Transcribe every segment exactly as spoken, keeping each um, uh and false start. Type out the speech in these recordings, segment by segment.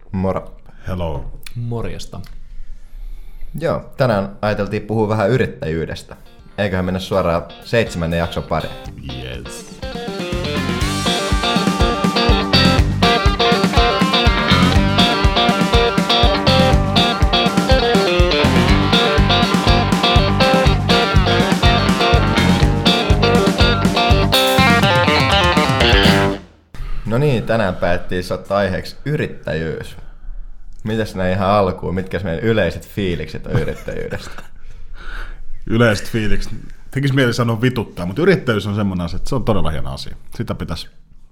Moro. Hello. Morjesta. Joo, tänään ajateltiin puhua vähän yrittäjyydestä. Eiköhän mennä suoraan seitsemännen jakson pariin. Yes. No niin, tänään päättiin ottaa aiheeksi yrittäjyys. Mitäs näin ihan alkuun? Mitkä meidän yleiset fiilikset on yrittäjyydestä? Yleiset fiilikset. Tekisi mieli sanoa vituttaa, mutta yrittäjyys on semmoinen asia, että se on todella hieno asia. Sitä pitäisi,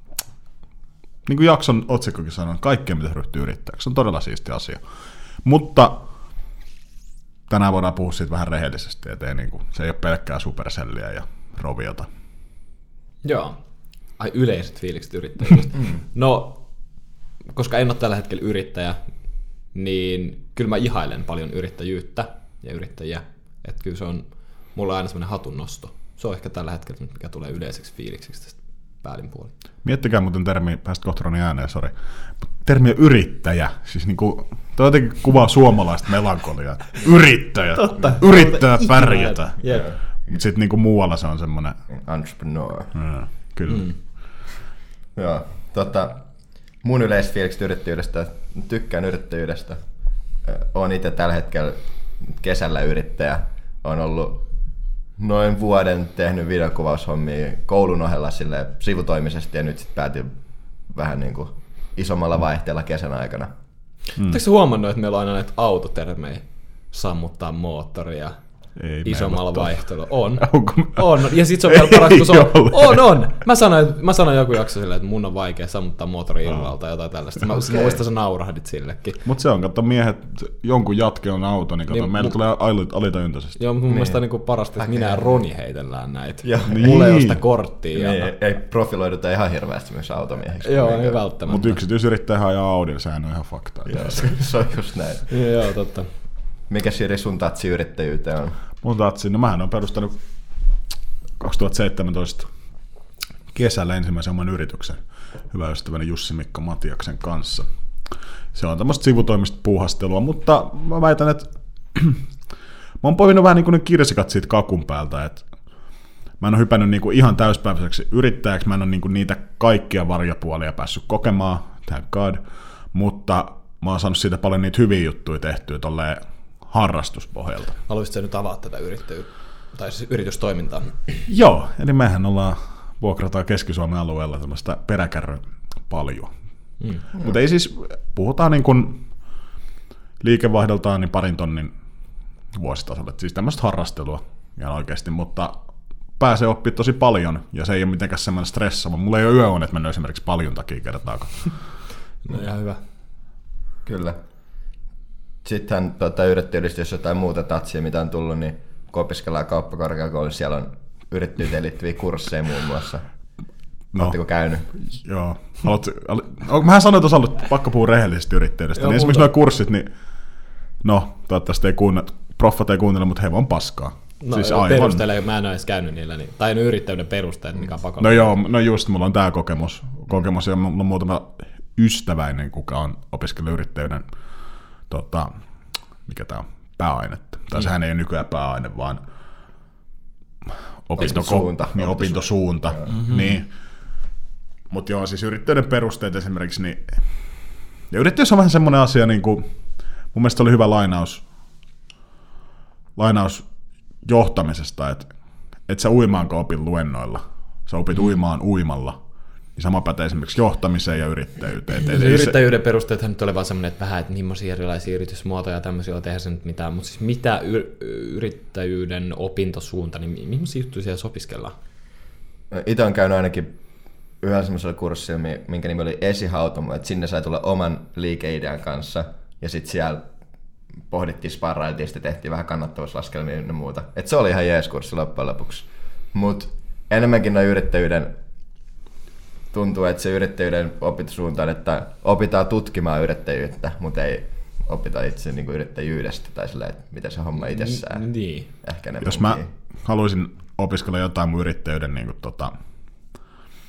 niin kuin jakson otsikkokin sanoo, kaikkeen pitäisi ryhtyä yrittäjäksi. Se on todella siisti asia. Mutta tänään voidaan puhua siitä vähän rehellisesti, että ei, niin kuin, se ei ole pelkkää superselliä ja roviota. Joo. Ai yleiset fiilikset yrittäjyydestä. No, koska en ole tällä hetkellä yrittäjä, niin kyllä mä ihailen paljon yrittäjyyttä ja yrittäjiä. Että kyllä se on mulla aina semmoinen hatunnosto. Se on ehkä tällä hetkellä, mikä tulee yleiseksi fiilikseksi tästä päälin puolella. Miettikää muuten termi, päästä kohtoroni ääneen, sori. Termiä yrittäjä, siis niinku, toi jotenkin kuvaa suomalaista melankoliaa. Yrittäjä, Totta. yrittää pärjätä. Yep. Mutta sitten niinku muualla se on semmoinen. Entrepreneur. Mm, kyllä. Mm. Joo, tota, mun yleisfiilikset yrittäjyydestä, tykkään yrittäjyydestä. Oon itse tällä hetkellä kesällä yrittäjä. Oon ollut noin vuoden tehnyt videokuvaushommia koulun ohella silleen sivutoimisesti ja nyt sitten päätin vähän niin kuin isommalla vaihteella kesän aikana. Mm. Oletteko sä huomannut, että meillä on aina näitä autotermejä? Sammuttaa moottoria. Ei isommalla vaihtoehdolla. On. On. Ja sit se on vielä paras, kun se on. On, on. Mä sanoin, mä sanoin joku jakso silleen, että mun on vaikea sammuttaa moottori illalla tai jotain tällaista. Mä okay. muistan, sä naurahdit sillekin. Mut se on, katso miehet, jonkun jatke on auto, niin kato, niin, meillä mu- tulee alitajuntaisesti. Joo, mun niin. mielestä on niinku parasta, että minä ja Roni heitellään näitä. Niin. Mulla ei ole sitä korttia. Niin, ei, ei profiloiduta ihan hirveästi myös automiehiksi. Joo, ei välttämättä. Mut yksityisyrittäjähän ajaa Audilla, sehän on ihan faktaa. Se on just näin. Joo, totta. Mikä Siri sun tatsi yrittäjyyteen on? Mun tatsi, no mähän olen perustanut kaksituhattaseitsemäntoista kesällä ensimmäisen oman yrityksen hyvä ystäväni Jussi-Mikko Matiaksen kanssa. Se on tämmöistä sivutoimista puuhastelua, mutta mä väitän, että mä oon poiminut vähän niin kuin ne kirsikat siitä kakun päältä, että mä en ole hypännyt niin kuin ihan täyspäiväiseksi yrittäjäksi, mä en ole niin kuin niitä kaikkia varjopuolia päässyt kokemaan, thank God, mutta mä oon saanut siitä paljon niitä hyviä juttuja tehtyä tolleen harrastuspohjalta. Haluaisitko nyt avaa tätä yrittäjy- tai siis yritystoimintaa? Joo, eli mehän ollaan vuokrataan Keski-Suomen alueella tämmöistä peräkärryn paljua. Mm. Mutta ei siis, puhutaan niin kuin liikevaihdoltaan niin parin tonnin vuositasolla. Siis tämmöistä harrastelua ihan oikeasti, mutta pääsee oppimaan tosi paljon ja se ei ole mitenkään semmoinen stressaava. Mulla ei ole yöunet mennyt esimerkiksi paljon takia kertaakaan. No ihan hyvä. Kyllä. Sittenhän tuota, yrittäjyydestä, jos jotain muuta tatsia, mitä on tullut, niin kun opiskellaan kauppakorkeakoulussa, siellä on yrittäjyyteen liittyviä kursseja muun muassa. No. Oletteko käynyt? Joo. Haluatko, al- mähän sanoin, että olisi ollut pakko puhua rehellisesti yrittäjyydestä. Joo, niin esimerkiksi nuo kurssit, niin no, toivottavasti ei kuunnella, proffat ei kuuntele, mutta he on paskaa. No siis perusteella, mä en ole edes käynyt niillä, niin, tai ne yrittäjyyden perusteet, mikä on pakolla. No joo, no just, mulla on tämä kokemus, kokemus ja mulla on muutama ystäväinen, kuka on opiskellut yrittäjyyden tota, mikä tää on, pääainetta. Tai mm. sehän ei ole nykyään pääaine, vaan opintosuunta. Niin, opintosuunta. Mm-hmm. Niin. Mutta joo, siis yrittäjyyden perusteet esimerkiksi, niin ja yrittäjyys on vähän semmoinen asia, niin kuin, mun mielestä oli hyvä lainaus, lainaus johtamisesta, että et sä uimaanko opin luennoilla, sä opit mm. uimaan uimalla. Niin sama pätee esimerkiksi johtamiseen ja yrittäjyyteen. Se yrittäjyyden perusteethan nyt oli vaan semmoinen, että vähän, että millaisia erilaisia yritysmuotoja ja tämmöisiä on tehdä sen nyt mitään, mutta siis mitä y- yrittäjyyden opintosuunta, niin millaisia juttuja siellä opiskellaan? Itse olen käynyt ainakin yhdellä semmoisella kurssilla, minkä nimi oli Esihautomo, että sinne sai tulla oman liikeidean kanssa ja sitten siellä pohdittiin, sparrailtiin, sitten tehtiin vähän kannattavuuslaskelmia ja muuta. Et se oli ihan jees kurssi loppujen lopuksi. Mutta enemmänkin noin yrittäjyyden tuntuu, että se yrittäjyyden opintosuunta on, että opitaan tutkimaan yrittäjyyttä, mutta ei opita itse niin kuin yrittäjyydestä tai silleen, että miten se homma itsessään. Niin. Ehkä jos mä haluaisin opiskella jotain mun yrittäjyyden niin kuin, tota,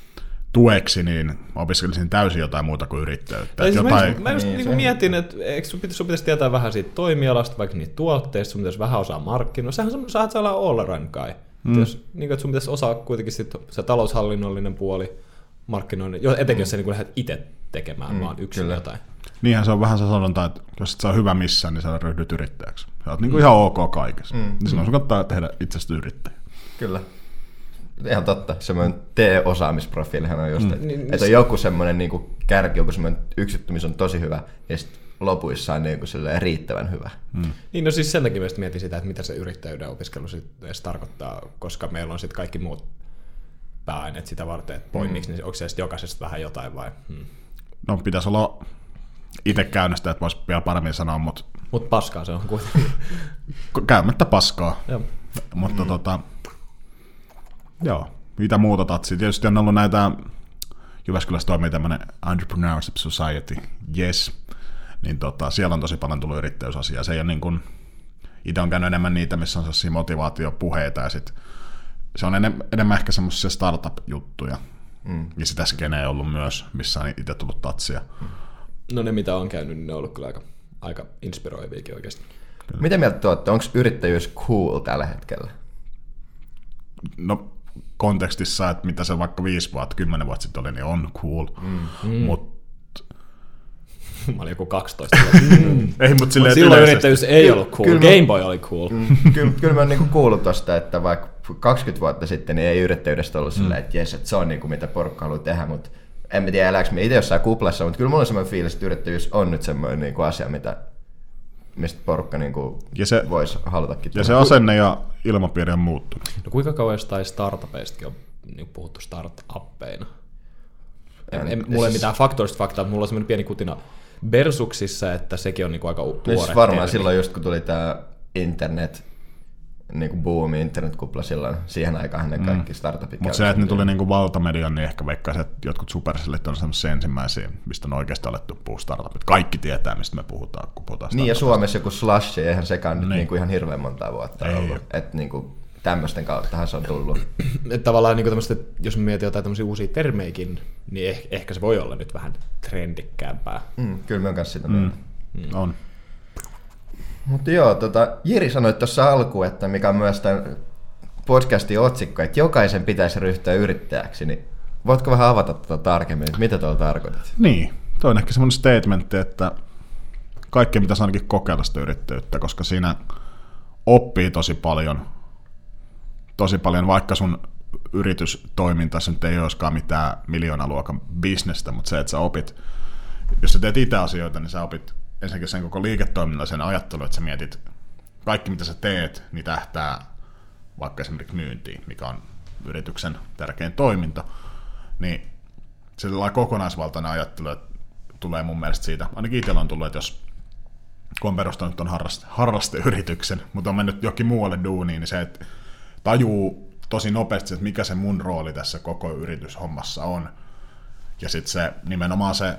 tueksi, niin opiskelisin täysin jotain muuta kuin yrittäjyyttä. Siis jotain... Mä, just, mä just niin, niin mietin, että eikö sun pitäisi, sun pitäisi tietää vähän siitä toimialasta, vaikka niitä tuotteista, sun pitäisi vähän osaa markkinoida. Sähän saat olla all around guy. Mm. Jos, niin, että sun pitäisi osaa kuitenkin sit se taloushallinnollinen puoli, markkinoinnin, etenkin mm. jos sä niin lähdet itse tekemään mm, vaan yksin kyllä. jotain. Niinhän se on vähän se sanonta, että jos et sä ole hyvä missään, niin sä ryhdyt yrittäjäksi. Sä oot niin kuin ihan ok kaikessa. Mm. Niin silloin sun kannattaa tehdä itsestä yrittäjä. Kyllä. Ihan totta. Semmoinen T-osaamisprofiilihan on just, mm. että niin, et on joku semmoinen niin kuin kärki, joku semmoinen yksi, missä on tosi hyvä, ja sitten lopuissa on niin kuin riittävän hyvä. Mm. Niin no siis sen takia myös mietin sitä, että mitä se yrittäjyyden opiskelu sitten edes tarkoittaa, koska meillä on sitten kaikki muut pääaineet sitä varten, että poimiksi, mm. niin onko se jokaisesta vähän jotain vai? Hmm. No pitäisi olla itse käynnistä, että voisi vielä paremmin sanoa, mutta... Mutta paskaa se on kuitenkin. Käymättä paskaa. Joo. Mutta mm. tota... Joo, mitä muuta tatsia. Tietysti on ollut näitä... Jyväskylässä toimii tämmöinen Entrepreneurship Society, yes. Niin tota, siellä on tosi paljon tullut yrittäjyysasiaa. Se ei ole niin kuin... Itse on käynyt enemmän niitä, missä on sellaisia motivaatiopuheita ja sit se on enemmän, enemmän ehkä semmoisia startup-juttuja. Mm. Ja sitä skeneä on ollut myös, missä on itse tullut tatsia. Mm. No ne mitä on käynyt, niin ne on ollut kyllä aika, aika inspiroiviakin oikeasti. Kyllä. Mitä mieltä te olette? Onko yrittäjyys cool tällä hetkellä? No kontekstissa, että mitä se vaikka viisi vuotta, kymmenen vuotta sitten oli, niin on cool. Mm. Mut... Mä olin joku kaksitoista vuotta. Mm. Ei, mut silleen, mut silloin yrittäjyys ei ollut cool. Kyllä, Game Boy oli cool. Mm, kyllä, kyllä mä oon niinku kuullut tosta, että vaikka kaksikymmentä vuotta sitten niin ei yrittäjyydestä ollut mm. silleen, että jes, että se on niinku mitä porukka haluaa tehdä, mutta en tiedä elääkö me itse jossain kuplassa, mutta kyllä mulla on semmoinen fiilis, että yrittäjyys on nyt semmoinen niinku asia, mitä, mistä porukka niinku voisi halutakin. Ja se asenne ja ilmapiiri on muuttunut. No kuinka kauan jostain startupeistakin on niin puhuttu startuppeina? En, en, mulla ei mitään faktorista faktaa, mutta mulla on semmoinen pieni kutina Bersuksissa, että sekin on niinku aika tuore. Siis varmaan termi. Silloin just kun tuli tää internet, niinku boomi, internetkupla silloin, siihen aikaan ne kaikki mm. startupit. Mutta se, että ne tuli niinku valtamedian, niin ehkä veikkaisin, että jotkut Supercellit on semmoisia ensimmäisiä, mistä on oikeasti alettu puhua startupit. Kaikki tietää, mistä me puhutaan, kun puhutaan niin ja Suomessa joku Slush, eihän sekään niin. niinku ihan hirveän montaa vuotta ei ollut. Että niinku tämmöisten kauttahan se on tullut. Että tavallaan niinku jos me mietin jotain tämmöisiä uusia termeikin, niin ehkä, ehkä se voi olla nyt vähän trendikkäämpää. Mm, kyllä mä oon kanssa sitä mieltä. Mm. Mm. On. Mutta joo, tota, Jiri sanoi tuossa alkuun, että mikä on myös tämän podcastin otsikko, että jokaisen pitäisi ryhtyä yrittäjäksi, niin voitko vähän avata tätä tarkemmin, että mitä tuolla tarkoitat? Niin, toi on ehkä semmoinen statementti, että kaikkea pitäisi ainakin kokeilla sitä yrittäjyyttä, koska siinä oppii tosi paljon, tosi paljon, vaikka sun yritystoimintassa nyt ei olisikaan mitään miljoonaluokan bisnestä, mutta se, että sä opit, jos sä teet itse asioita, niin sä opit ensinnäkin sen koko liiketoiminnan sen ajattelu, että sä mietit, kaikki mitä sä teet, niin tähtää vaikka esimerkiksi myyntiin, mikä on yrityksen tärkein toiminto, niin sellainen kokonaisvaltainen ajattelu tulee mun mielestä siitä, ainakin itsellä on tullut, että jos kun on perustanut tuon harraste, harrasteyrityksen, mutta on mennyt jokin muualle duuniin, niin se, että tajuu tosi nopeasti, että mikä se mun rooli tässä koko yrityshommassa on, ja sitten se nimenomaan se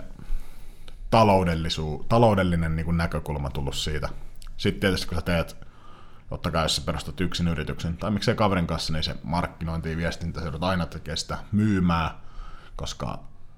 taloudellinen niin kuin näkökulma tullut siitä. Sitten tietysti kun sä teet, totta kai jos sä perustat yksin yrityksen, tai miksei kaverin kanssa, niin se markkinointi ja viestintä, sä joudut aina tekemään sitä myymää, koska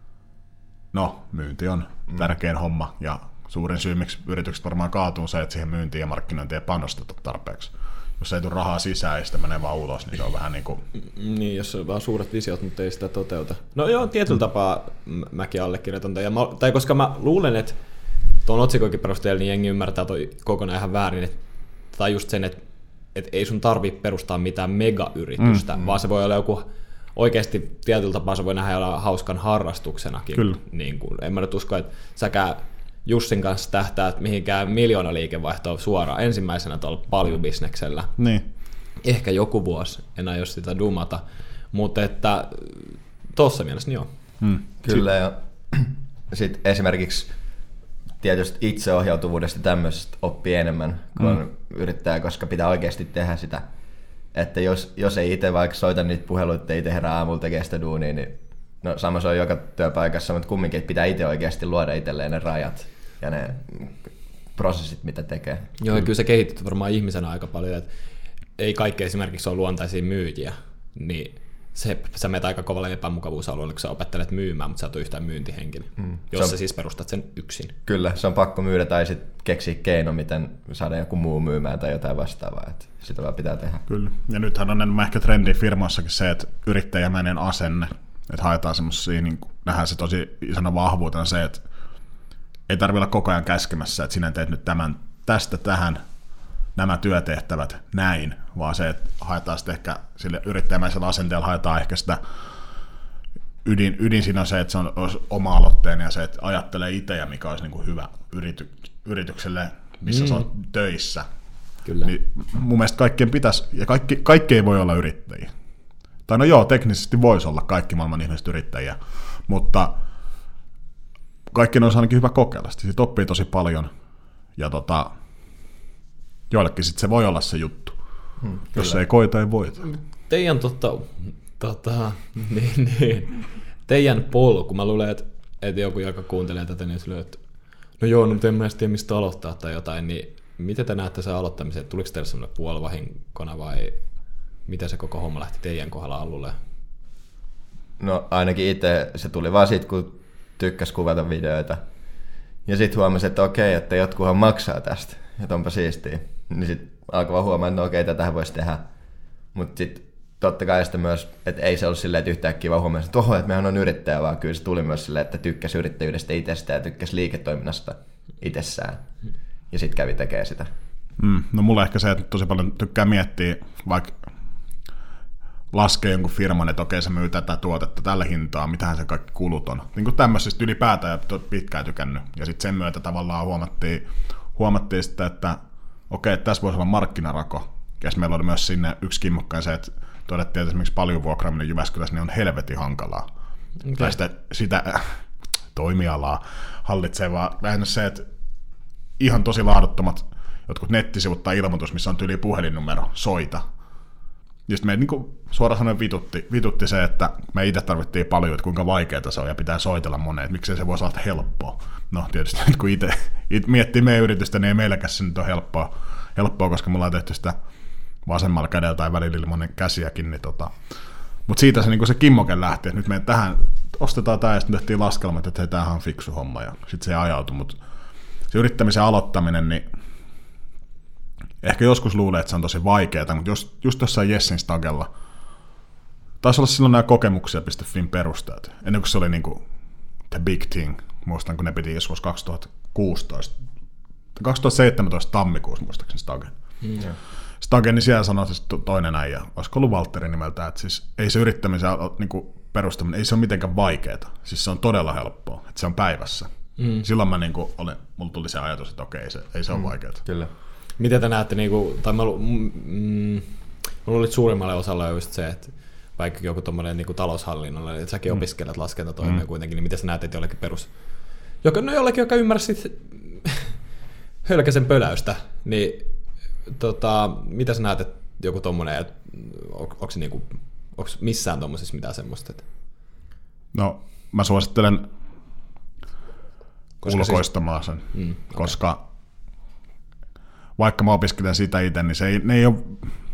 no, myynti on mm. tärkein homma, ja suurin syy, miksi yritykset varmaan kaatuu, se, että siihen myyntiin ja markkinointiin ei panosteta tarpeeksi. Jos ei tule rahaa sisään ja sitä menee vaan ulos, niin se on vähän niin kuin... Niin, jos on vaan suuret visiot, mutta ei sitä toteuta. No joo, tietyllä tapaa mäkin allekirjoitan tämän. Tai koska mä luulen, että tuon otsikoikin perusteella niin jengi ymmärtää toi kokonaan ihan väärin. Et, tai just sen, että et ei sun tarvitse perustaa mitään megayritystä, mm, vaan se voi olla joku... Oikeasti tietyllä tapaa se voi nähdä hauskan harrastuksenakin. Kyllä. Niin kuin, en mä nyt usko, että säkään Jussin kanssa tähtää mihinkään miljoona liikevaihtoa suoraan ensimmäisenä tuolla paljubisneksellä. Niin. Ehkä joku vuosi, en aio sitä dumata, mutta että tuossa mielessä niin joo. Hmm. Kyllä, ja sitten esimerkiksi tietysti itseohjautuvuudesta tämmöisestä oppii enemmän, kun hmm. yrittää, koska pitää oikeasti tehdä sitä. Että jos, jos ei itse vaikka soita niitä puheluita, itse herää aamulla tekee sitä duunia, niin no sama se on joka työpaikassa, mutta kumminkin pitää itse oikeasti luoda itselleen ne rajat ja ne prosessit, mitä tekee. Joo, kyllä se kehittyy varmaan ihmisenä aika paljon, että ei kaikki esimerkiksi ole luontaisia myyjiä, niin se, sä menet aika kovalle epämukavuusalueelle, kun sä opettelet myymään, mutta sä et ole yhtään myyntihenkilö, mm. jos on, sä siis perustat sen yksin. Kyllä, se on pakko myydä tai sitten keksiä keino, miten saada joku muu myymään tai jotain vastaavaa, että sitä vaan pitää tehdä. Kyllä, ja nythän on enemmän ehkä trendi firmoissakin se, että yrittäjämäinen asenne, että haetaan semmoisia, niin nähdään se tosi isona vahvuutena se, että ei tarvitse olla koko ajan käskemässä, että sinä teet nyt tämän tästä tähän, nämä työtehtävät näin, vaan se, että haetaan sitten ehkä sille yrittäjämäisellä asenteella, haetaan ehkä sitä ydin, ydin siinä on se, että se on oma-aloitteinen ja se, että ajattelee itse ja mikä olisi niin kuin hyvä yrity, yritykselle, missä mm. se on töissä. Kyllä. Niin mun mielestä kaikkien pitäisi, ja kaikki, kaikki ei voi olla yrittäjiä. Tai no joo, teknisesti voisi olla kaikki maailman ihmiset yrittäjiä, mutta kaikkien olisi ainakin hyvä kokeilla. Siitä oppii tosi paljon ja tota, joillekin sitten se voi olla se juttu. Hmm, jos se ei koita, ei voita. Teidän, tota, tota, niin, niin, teidän polku, mä luulen, että, että joku, joka kuuntelee tätä, niin sille, että no joo, no en mä edes tiedä, mistä aloittaa tai jotain, niin miten te näette sen aloittamisen? Tuliko teille semmoinen puolivahinkona vai miten se koko homma lähti teidän kohdalla alulle? No ainakin itse se tuli vaan siitä, kun tykkäs kuvata videoita. Ja sitten huomasin, että okei, että jotkuhan maksaa tästä, että onpa siistiä. Niin sitten alkoi vaan huomaa, että no okei, tätähän voisi tehdä. Mutta sitten totta kai sitten myös, että ei se ollut silleen, että yhtäkkiä vaan huomasi, että oho, että mehän on yrittäjä, vaan kyllä se tuli myös silleen, että tykkäsi yrittäjyydestä itsestä ja tykkäsi liiketoiminnasta itsessään. Ja sitten kävi tekemään sitä. Mm, no mulla ehkä se, että tosi paljon tykkää miettiä, vaikka laskee jonkun firman, että okei, se myy tätä tuotetta tällä hintaa, mitähän se kaikki kulut on. Niin kuin tämmöisestä ylipäätään ja pitkään tykännyt. Ja sitten sen myötä tavallaan huomattiin, huomattiin sitä, että okei, tässä voisi olla markkinarako. Ja meillä oli myös sinne yksi kimmokkaan se, että todettiin, että esimerkiksi paljon vuokraaminen Jyväskylässä niin on helvetin hankalaa. Okay. Tai sitä, sitä äh, toimialaa hallitsevaa. Lähinnä se, että ihan tosi laaduttomat jotkut nettisivut tai ilmoitus, missä on tyyli puhelinnumero, soita. Ja sitten me niin suoraan sanoen vitutti, vitutti se, että me itse tarvittiin paljon, että kuinka vaikeaa se on ja pitää soitella moneen, että miksei se voisi olla helppoa. No tietysti kun itse miettii meidän yritystä, niin ei meilläkään se nyt ole helppoa, helppoa, koska mulla on tehty sitä vasemmalla kädellä tai välillä ilmoinen käsiäkin. Niin tota. Mutta siitä se, niin se kimmoke lähti, että nyt me tähän ostetaan tämä ja sitten tehtiin laskelmat, että hei, tämähän on fiksu homma ja sitten se ajautui. Mutta se yrittämisen aloittaminen, niin ehkä joskus luulee, että se on tosi vaikeaa, mutta just, just jossain Jessin stagella taisi olla silloin nämä kokemuksia piste fin perusteet, ennen kuin se oli niin kuin the big thing. Muistan, kun ne piti joskus kaksituhattakuusitoista, kaksituhattaseitsemäntoista tammikuussa muistaakseni Stagen. Mm. Stagen, niin siellä sanoi siis toinen äijä, olisiko ollut Valtteri nimeltä, että siis ei se yrittämisen niin kuin perustaminen, ei se ole mitenkään vaikeaa, siis se on todella helppoa, että se on päivässä. Mm. Silloin mä niin kuin olin, mulla tuli se ajatus, että okei, se, ei se ole mm. vaikeaa. Kyllä. Miten te näette, niin kuin, tai mä, mm, mulla oli suurimmalle osalle just se, että vaikka joku tommoinen niin taloushallinnolla, että säkin mm. opiskelet laskentatoimia mm. kuitenkin, niin miten sä näet, että jollekin perus, joka, no jollekin, joka ymmärsit hölkäsen pöläystä, niin tota, mitä sä näet, että joku tommoinen, että on, onko se niinku, onko missään tommosessa mitään semmoista? Että... No, mä suosittelen koska ulkoistamaan sen, siis... mm, okay. koska vaikka mä opiskelen sitä itse, niin se ei, ne ei ole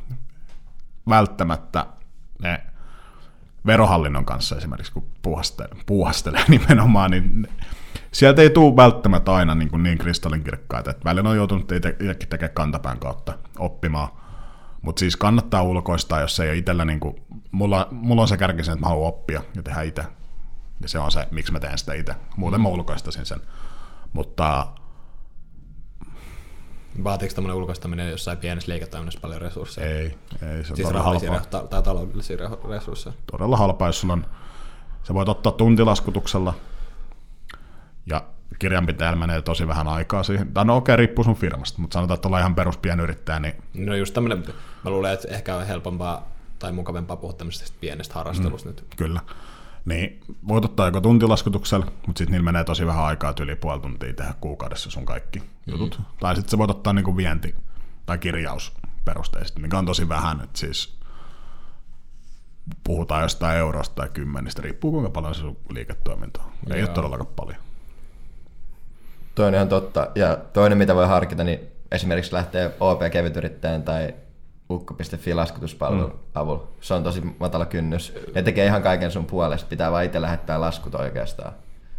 välttämättä ne verohallinnon kanssa esimerkiksi, kun puuhastelee, puuhastelee nimenomaan, niin sieltä ei tule välttämättä aina niin, kuin niin kristallinkirkkaita, että välillä on joutunut itsekin tekemään kantapään kautta oppimaan, mutta siis kannattaa ulkoistaa, jos ei ole itsellä, niin kuin, mulla, mulla on se kärkisen, että mä haluan oppia ja tehdä itse, ja se on se, miksi mä teen sitä itse, muuten mä ulkoistaisin sen, mutta vaatiiko tämmöinen ulkoistaminen jossain pienessä liiketoiminnassa paljon resursseja? Ei, ei se on siis todella halpaa. Ta- tai taloudellisia resursseja? Todella halpaa, jos sulla on, sä voit ottaa tuntilaskutuksella ja kirjanpitäjällä menee tosi vähän aikaa siihen. Tai no okei, okay, riippuu sun firmasta, mutta sanotaan, että ollaan ihan peruspienyrittäjä. Niin... No just tämmöinen, mä luulen, että ehkä on helpompaa tai mukavampaa puhua tämmöisestä pienestä harrastelusta mm, nyt. Kyllä. Niin, voit ottaa joko tuntilaskutuksella, mutta sitten niillä menee tosi vähän aikaa, yli puoli tuntia tehdä kuukaudessa sun kaikki jutut. Mm-hmm. Tai sitten sä voit ottaa niinku vienti- tai kirjausperusteisesti, mikä on tosi vähän. Et siis puhutaan jostain eurosta tai kymmenistä, riippuu kuinka paljon se sun liiketoiminta on. Ei ole todellakaan paljon. Toinen on totta. Ja toinen, mitä voi harkita, niin esimerkiksi lähtee O P-kevytyrittäjän tai ukko piste fi laskutuspalvelun mm. avulla. Se on tosi matala kynnys. Ne tekee ihan kaiken sun puolesta. Pitää vaan itse lähettää laskut oikeastaan.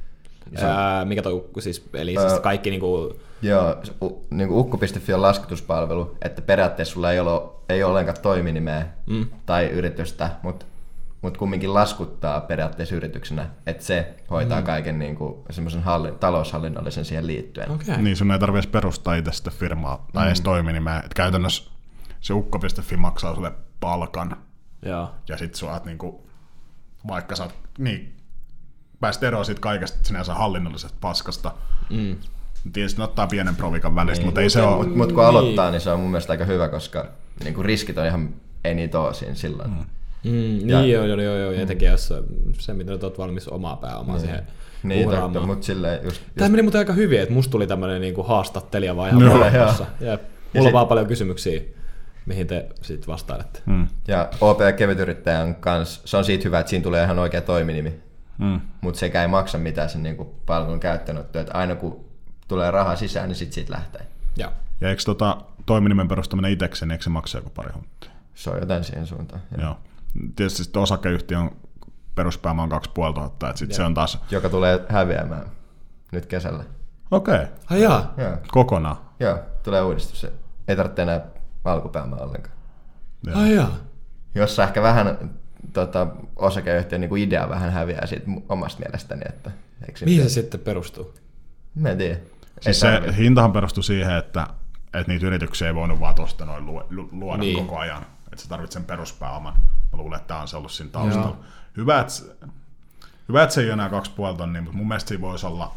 Ää, mikä toi ukko siis? Eli öö, siis kaikki niinku... Joo, niinku ukko piste fi on laskutuspalvelu, että periaatteessa sulla ei ole, ei ole ollenkaan toiminimeä mm. tai yritystä, mutta mut kumminkin laskuttaa periaatteessa yrityksenä, että se hoitaa mm. kaiken niinku semmoisen hallin, taloushallinnollisen siihen liittyen. Okay. Niin, sun ei tarvitse perustaa itse sitä firmaa tai mm. edes toiminimeä. Et käytännössä se ukko piste fi maksaa sulle palkan ja, ja sit sä oot niinku, vaikka sä oot, niin, pääsit eroon siitä kaikesta sinänsä hallinnollisesta paskasta. Mm. Tietysti ne ottaa pienen provikan välistä, niin, mutta ei se ole... Mutta mut kun aloittaa, niin. niin se on mun mielestä aika hyvä, koska niinku riskit on ihan, ei niitä ole siinä silloin. Mm. Mm, niin ja, joo, joo, joo, joo. Mm. Etenkin jos se, mitä olet valmis omaa pääomaa niin. siihen niin, uhraamaan. Mutta silleen just... Tämä meni muuten aika hyvin, että musta tuli tämmöinen niinku haastattelija vaan ihan valmassa. Mulla on sit... vaan paljon kysymyksiä, mihin te sitten vastailette. Mm. Ja O P-kevytyrittäjän kanssa, se on siitä hyvä, että siinä tulee ihan oikea toiminimi. Mm. Mutta sekä ei maksa mitään sen niinku palvelun käyttöönottoa, että aina kun tulee rahaa sisään, niin sitten siitä lähtee. Ja, ja eikö tota, toiminimen perustaminen itsekseen, niin eikö se maksaa joku pari hunttia? Se on jotain siihen suuntaan. Joo. Joo. Tietysti sitten osakeyhtiön peruspääoma on kaksi puoli tuhatta, että sit se on taas... Joka tulee häviämään nyt kesällä. Okei. Okay. Ai jaa. Joo. Kokonaan? Joo, tulee uudistus. Ei tarvitse enää alkupääomaa ollenkaan. Joo. Ai jaa. Jossa ehkä vähän tota, osakeyhtiön niin idea vähän häviää siitä omasta mielestäni. Että, mihin se sitten perustuu? Mä en tiedä. Siis se hintahan perustui siihen, että, että niitä yrityksiä ei voinut vaan tuosta noin luoda niin. koko ajan. Että sä tarvitset sen peruspääoman. Mä luulen, että tämä on se ollut siinä taustalla. Joo. Hyvä, että, hyvä, että se ei ole enää kaksi puoli tonnia, mutta mun mielestä siinä voisi olla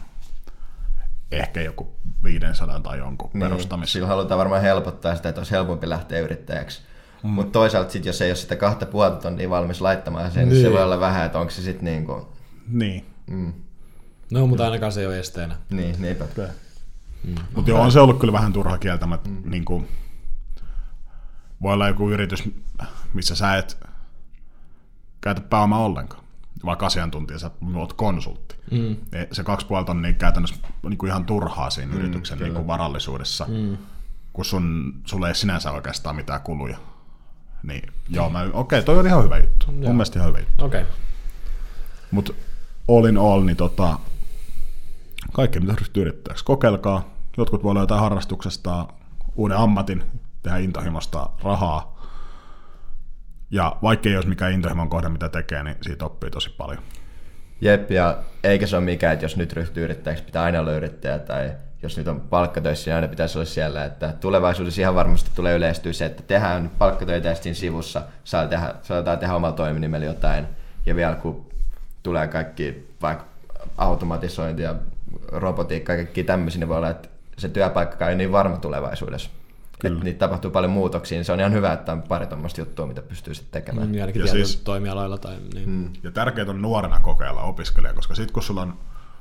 ehkä joku viisisataa tai jonkun niin, perustamista. Sillä halutaan varmaan helpottaa sitä, että olisi helpompi lähteä yrittäjäksi. Mm. Mutta toisaalta sit, jos ei ole sitä kahta puolta tonnia valmis laittamaan sen, niin se voi olla vähän, että onko se sitten niin kuin... Niin. Mm. No, mutta ainakaan se ei ole esteenä. Niin, niinpä. Mm. Mutta joo, on se ollut kyllä vähän turha kieltämättä. Mm. Niin kuin, voi olla joku yritys, missä sä et käytä pääomaa ollenkaan, vaikka asiantuntija, sä oot konsultti. Mm. Se kaksi puoli tonnia käytännössä niin kuin ihan turhaa siinä mm, yrityksen niin kuin varallisuudessa, mm. kun sun, sulla ei sinänsä oikeastaan mitään kuluja. Niin, joo, mä, okei, okay, toi on ihan hyvä juttu. Mun joo. mielestä ihan hyvä juttu. Okay. Mut all in all, niin tota, kaikki mitä ryhtyy yrittäjäksi. Kokeilkaa. Jotkut voi olla jotain harrastuksesta, uuden ammatin, tehdä intohimosta rahaa. Ja vaikka ei olisi mikään intohimon kohde, mitä tekee, niin siitä oppii tosi paljon. Jep, ja eikä se ole mikään, että jos nyt ryhtyy yrittäjäksi, pitää aina olla yrittäjä, tai jos nyt on palkkatöissä, niin aina pitäisi olla siellä. Että tulevaisuudessa ihan varmasti tulee yleistyä se, että tehdään palkkatöitä ja siinä sivussa saa tehdä, saadaan tehdä omalla toiminimellä jotain. Ja vielä kun tulee kaikki vaikka automatisointi ja robotiikka ja kaikki tämmöisiä, niin voi olla, että se työpaikka ei niin varma tulevaisuudessa. Että niitä tapahtuu paljon muutoksia, niin se on ihan hyvä, että on pari tuommoista juttua, mitä pystyy sitten tekemään. Mm, ja ainakin tietyllä siis, toimialoilla. Tai, niin. mm. Ja tärkeää on nuorena kokeilla opiskelija, koska sitten kun sulla on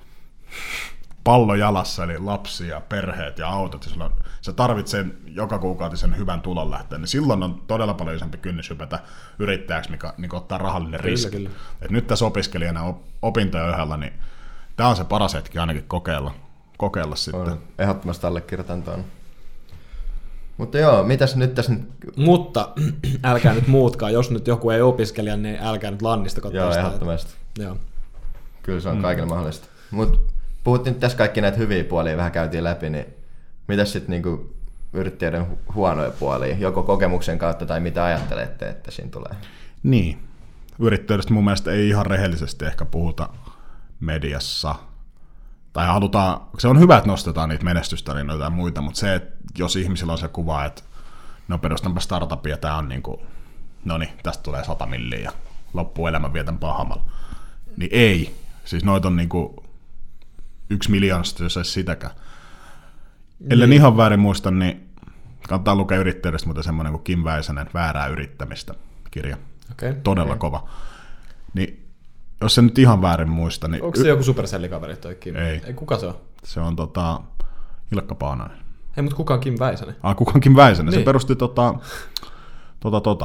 pallo jalassa, eli lapsi ja perheet ja autot, ja sulla on, sä tarvitset joka kuukautisen hyvän tulon lähteen, niin silloin on todella paljon isompi kynnys hypätä yrittäjäksi, mikä niin ottaa rahallinen kyllä, riski. Kyllä. Et nyt tässä opiskelijana opintojen yhdellä, niin tämä on se paras hetki ainakin kokeilla, kokeilla sitten. On. Ehdottomasti allekirjoitan tuon. Mutta joo, mitäs nyt tässä nyt... Mutta älkää nyt muutkaan, jos nyt joku ei opiskelija, niin älkää nyt lannistako tästä. Joo, ehdottomasti. Joo. Kyllä se on mm. kaikille mahdollista. Mutta puhuttiin tässä kaikki näitä hyviä puolia, vähän käytiin läpi, niin mitäs sitten niinku yrittäjien huonoja puolia, joko kokemuksen kautta tai mitä ajattelette, että siinä tulee? Niin, yrittäjyydestä mun mielestä ei ihan rehellisesti ehkä puhuta mediassa. Tai halutaan, se on hyvä, että nostetaan niitä menestystarinoita ja muita, mutta se, että jos ihmisillä on se kuva, että no perustanpa startupia, tämä on niin kuin, no niin, tästä tulee sata milliä ja loppuelämän vietän pahamalla, niin ei. Siis noita on niin kuin yksi miljoonasta, jos ei sitäkään. Ellen niin. ihan väärin muista, niin kannattaa lukea yrittäjyydestä, mutta semmoinen kuin Kim Väisänen, Väärää yrittämistä kirja. Okay. Todella okay. kova. Niin jos se nyt ihan väärin muista, niin... Onko se y- joku Supercell-kaveri toi Kim? Ei. Ei. Kuka se on? Se on tota, Ilkka Paananen. Ei, mutta kuka on Kim Väisänen? Ah, kuka on Kim Väisänen? Niin. Se perusti tota, tota, tota.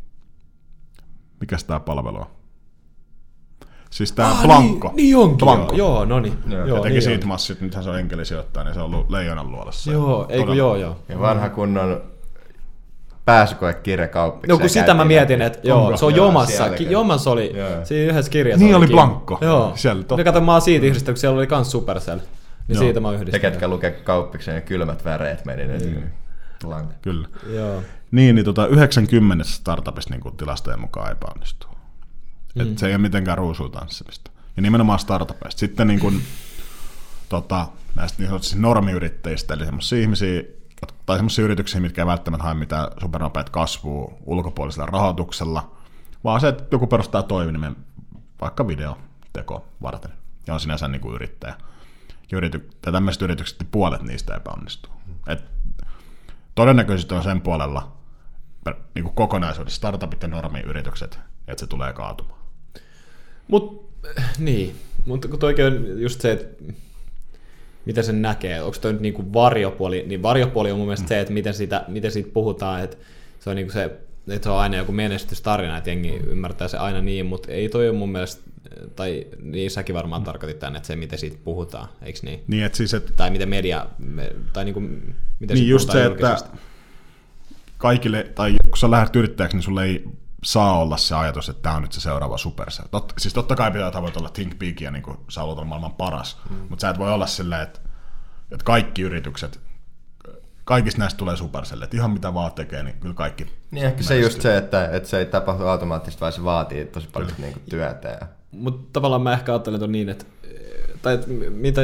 Mikäs tää palvelu on? Siis tää ah, Blanco. Niin, niin onkin. Blanco. Joo, joo, no niin. Joo, ja teki niin siitä massit, nythän se on enkelisijoittaja, niin se on ollut Leijonan luolassa. Joo, eikö joo, joo. Ja vanha kunnon pääsykoekirja kauppikseen. No kun sitä mä mietin, että joo, Onko? se on Joo, jomassa. sielläkin. Jomassa oli, Joo. siinä yhdessä kirjassa Niin oli kiinni. blankko. Joo. Siellä, totta. Ja kato, mä oon siitä yhdistetty, kun siellä oli kans Supercell. Niin Joo. siitä mä oon Te, yhdistänyt. ketkä lukee kauppikseen ja kylmät väreet meni nyt. Mm. Lanka. Kyllä. Joo. Niin, niin tota, yhdeksänkymmentä startupista niin tilastojen mukaan epäonnistuu. Mm. Et se ei ole mitenkään ruusuun tanssimista. Ja nimenomaan startupeista. Sitten niin kuin, tota, näistä niin sanotusti normiyrittäjistä, eli semmoisia ihmisiä, tai semmoisia yrityksiä, mitkä ei välttämättä hae mitään supernopeat kasvua ulkopuolisella rahoituksella, vaan se, että joku perustaa toiminimen vaikka videoteko varten, ja on sinänsä niin kuin yrittäjä. Ja, yrity- ja tämmöiset yritykset, puolet niistä epäonnistuu. Et todennäköisesti on sen puolella niin kuin kokonaisuudessa startupit ja normiyritykset, että se tulee kaatumaan. Mut, niin, mutta kun toikin on just se, että miten sen näkee, onko toi nyt niinku varjopuoli, niin varjopuoli on mun mielestä mm. se, että miten siitä, miten siitä puhutaan, että se on, niinku se, että se on aina joku menestystarina, että jengi ymmärtää se aina niin, mutta ei toi ole mun mielestä, tai niin säkin varmaan mm. tarkoitit tämän, että se miten siitä puhutaan, eikö niin? Niin, että siis, et, tai miten media, tai niinku, miten niin siitä just puhutaan se, julkisesti. että kaikille, tai kun sä lähdet yrittäjäksi, niin sulle ei saa olla se ajatus, että tämä on nyt se seuraava Supercell. Tot, siis totta kai pitää tavoitella think big ja niin kuin sä haluat olla maailman paras, mm. mutta sä et voi olla silleen, että, että kaikki yritykset, kaikista näistä tulee Supercell, että ihan mitä vaan tekee, niin kyllä kaikki Niin ehkä se just se, että, että se ei tapahdu automaattisesti, vaan se vaatii tosi paljon niin kuin työtä. Ja... Mutta tavallaan mä ehkä ajattelen ton niin, että, tai että mitä,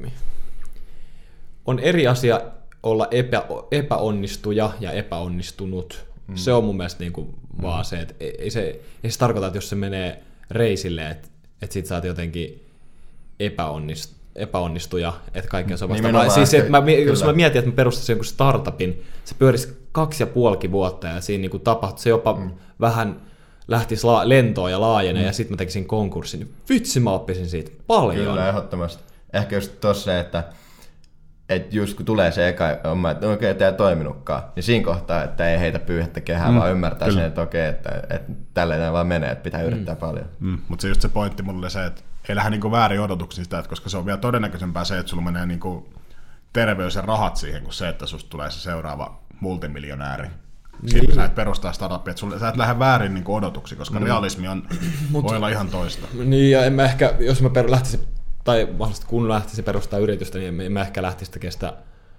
on eri asia olla epä, epäonnistuja ja epäonnistunut. Mm. Se on mun mielestä niin kuin mm. vaan se, että ei se, ei se tarkoita, että jos se menee reisille, että, että sit sä oot jotenkin epäonnist, epäonnistuja, että kaikkea se on vasta. Siis, että mä, jos mä mietin, että mä perustaisin jonkun startupin, se pyörisi kaksi ja puolikin vuotta ja siinä niin kuin tapahtui, se jopa mm. vähän lähtisi la- lentoon ja laajenee mm. ja sitten mä tekisin konkurssin, niin vitsi mä oppisin siitä paljon. Kyllä, ehdottomasti. Ehkä just tossa, että että just kun tulee se eka homma, että okei, tämä ei toiminutkaan, niin siinä kohtaa, että ei heitä pyyhettä kehää, mm, vaan ymmärtää kyllä sen, että okei, että, että tälleen vaan menee, että pitää yrittää mm. paljon. Mm, mutta se just se pointti mulle oli se, että ei lähde niinku väärin odotuksiin sitä, että koska se on vielä todennäköisempää se, että sulla menee niinku terveys ja rahat siihen, kuin se, että susta tulee se seuraava multimiljonääri. Siitä niin. Sä et perustaa startupia, että sulle, sä et lähde väärin niinku odotuksi, koska mm. realismi on, Mut, voi olla ihan toista. Niin, ja en mä ehkä, jos mä per, lähtisin tai mahdollisesti kun lähtisi perustaa yritystä, niin en mä ehkä lähtisi tekemään sitä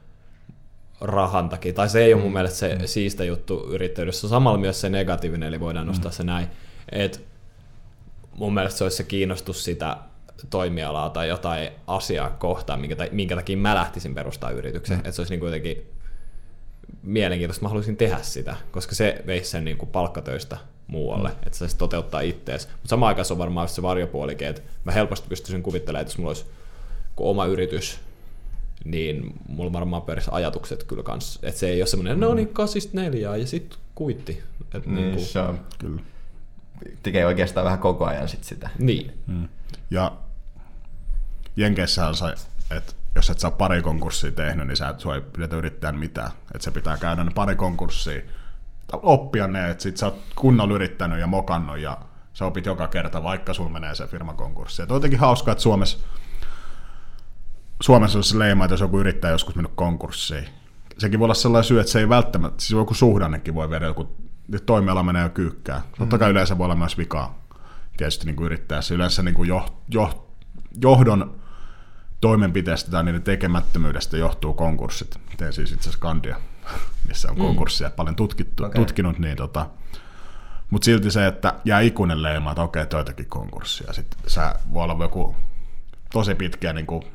rahan takia. Tai se ei ole mun mielestä se mm. siistä juttu yrittäjyydessä. Samalla myös se negatiivinen, eli voidaan nostaa mm. se näin. Et mun mielestä se olisi se kiinnostus sitä toimialaa tai jotain asiaa kohtaan, minkä, minkä takia mä lähtisin perustaa yrityksen. Mm. Että se olisi niin kuitenkin mielenkiintoista, mä haluaisin tehdä sitä, koska se veisi sen niin kuin palkkatöistä muualle, mm. että se toteuttaa ittees. Mutta samaan aikaan se on varmaan se varjopuolikin, että mä helposti pystyisin kuvittelemaan, että jos mulla olisi oma yritys, niin mulla varmaan pyörisi ajatukset kyllä kanssa. Että se ei ole semmoinen, mm. no niin, kasista neljää ja sitten kuitti. Et niin, niin kuin... se on, kyllä. Tekee oikeastaan vähän koko ajan sit sitä. Niin. Mm. Ja Jenkeissähän se, että jos et saa pari konkurssia tehnyt, niin sä et sua ei pidetä yrittäjän mitään. Että se pitää käydä ne pari konkurssia, oppia ne, että sit sä oot kunnolla yrittänyt ja mokannut ja sä opit joka kerta, vaikka sulla menee se firmakonkurssi. Et on jotenkin hauskaa, että Suomessa, Suomessa on se leima, että jos joku yrittäjä joskus mennyt konkurssiin. Sekin voi olla sellainen syy, että se ei välttämättä, siis joku suhdannekin voi viedä joku, toimiala menee jo kyykkään. Totta kai yleensä voi olla myös vikaa tietysti niin kuin yrittäjässä. Yleensä niin kuin joh, joh, johdon toimenpiteestä tai niiden tekemättömyydestä johtuu konkurssit. Tein siis itse asiassa kandia, missä on konkurssia mm. paljon tutkittu, okay. tutkinut, niin tota, mutta silti se, että jää ikuinen leima, että okei, toi teki konkurssia. Sitten sä voi olla joku tosi pitkä, niin kuin,